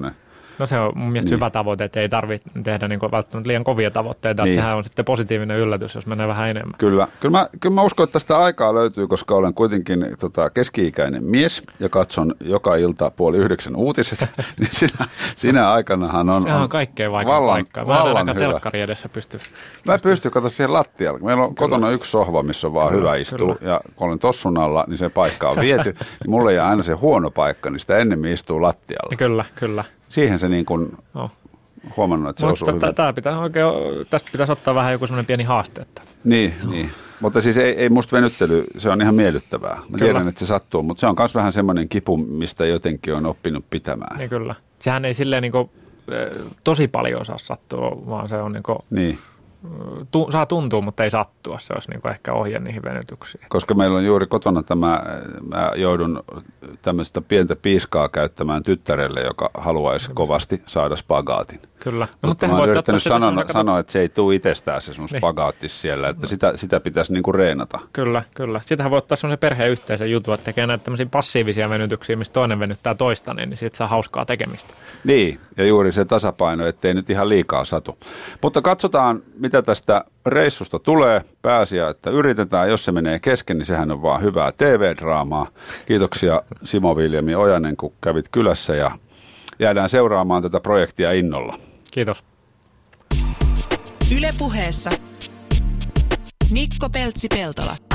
No se on mun mielestä niin. hyvä tavoite, että ei tarvitse tehdä niin kuin välttämättä liian kovia tavoitteita, niin. että sehän on sitten positiivinen yllätys, jos menee vähän enemmän. Kyllä, kyllä mä, kyllä mä uskon, että tästä aikaa löytyy, koska olen kuitenkin tota, keski-ikäinen mies ja katson joka ilta puoli yhdeksän uutiset, niin siinä, siinä aikanahan on... Sehän on kaikkein vaikein paikka. Mä en ainakaan telkkari edessä pysty. Mä pystyn katsoa siihen lattialle. Meillä on kyllä. Kotona yksi sohva, missä on vaan kyllä, hyvä istua kyllä. ja kun olen tossun alla, niin se paikka on viety, niin mulle jää aina se huono paikka, niin sitä ennemmin istuu lattialla. Kyllä, kyllä. Siihen se niin kuin no. huomannut, että se mutta osuu hyvin. Pitää oikein, tästä pitäisi ottaa vähän joku semmoinen pieni haaste. Että. Niin, no. niin. Mutta siis ei, ei musta venyttely, se on ihan miellyttävää. Mä kyllä. tiedän, että se sattuu, mutta se on myös vähän semmoinen kipu, mistä jotenkin on oppinut pitämään. Niin kyllä. Sehän ei silleen niin kuin, tosi paljon osaa sattua, vaan se on niin kuin, niin. tu, saa tuntua, mutta ei sattua. Se olisi niin kuin ehkä ohje niihin venytyksiin. Koska meillä on juuri kotona tämä, mä joudun tämmöistä pientä piiskaa käyttämään tyttärelle, joka haluaisi kyllä. kovasti saada spagaatin. Kyllä. No, mutta mä oon yrittänyt sanoa, sanoa, että se ei tule itsestään se sun niin. spagaattis siellä, että no. sitä, sitä pitäisi niinku reenata. Kyllä, kyllä. Sitähän voi ottaa semmoisen perheyhteisen jutun, että tekee näitä tämmöisiä passiivisia venytyksiä, missä toinen venyttää toista, niin siitä saa hauskaa tekemistä. Niin, ja juuri se tasapaino, ettei nyt ihan liikaa satu. Mutta katsotaan, mitä tästä reissusta tulee. Pääasia, että yritetään, jos se menee kesken, niin sehän on vaan hyvää T V-draamaa. Kiitoksia Simo Viljami Ojanen, kun kävit kylässä ja jäädään seuraamaan tätä projektia innolla. Kiitos. Yle Puheessa Mikko Peltsi-Peltola.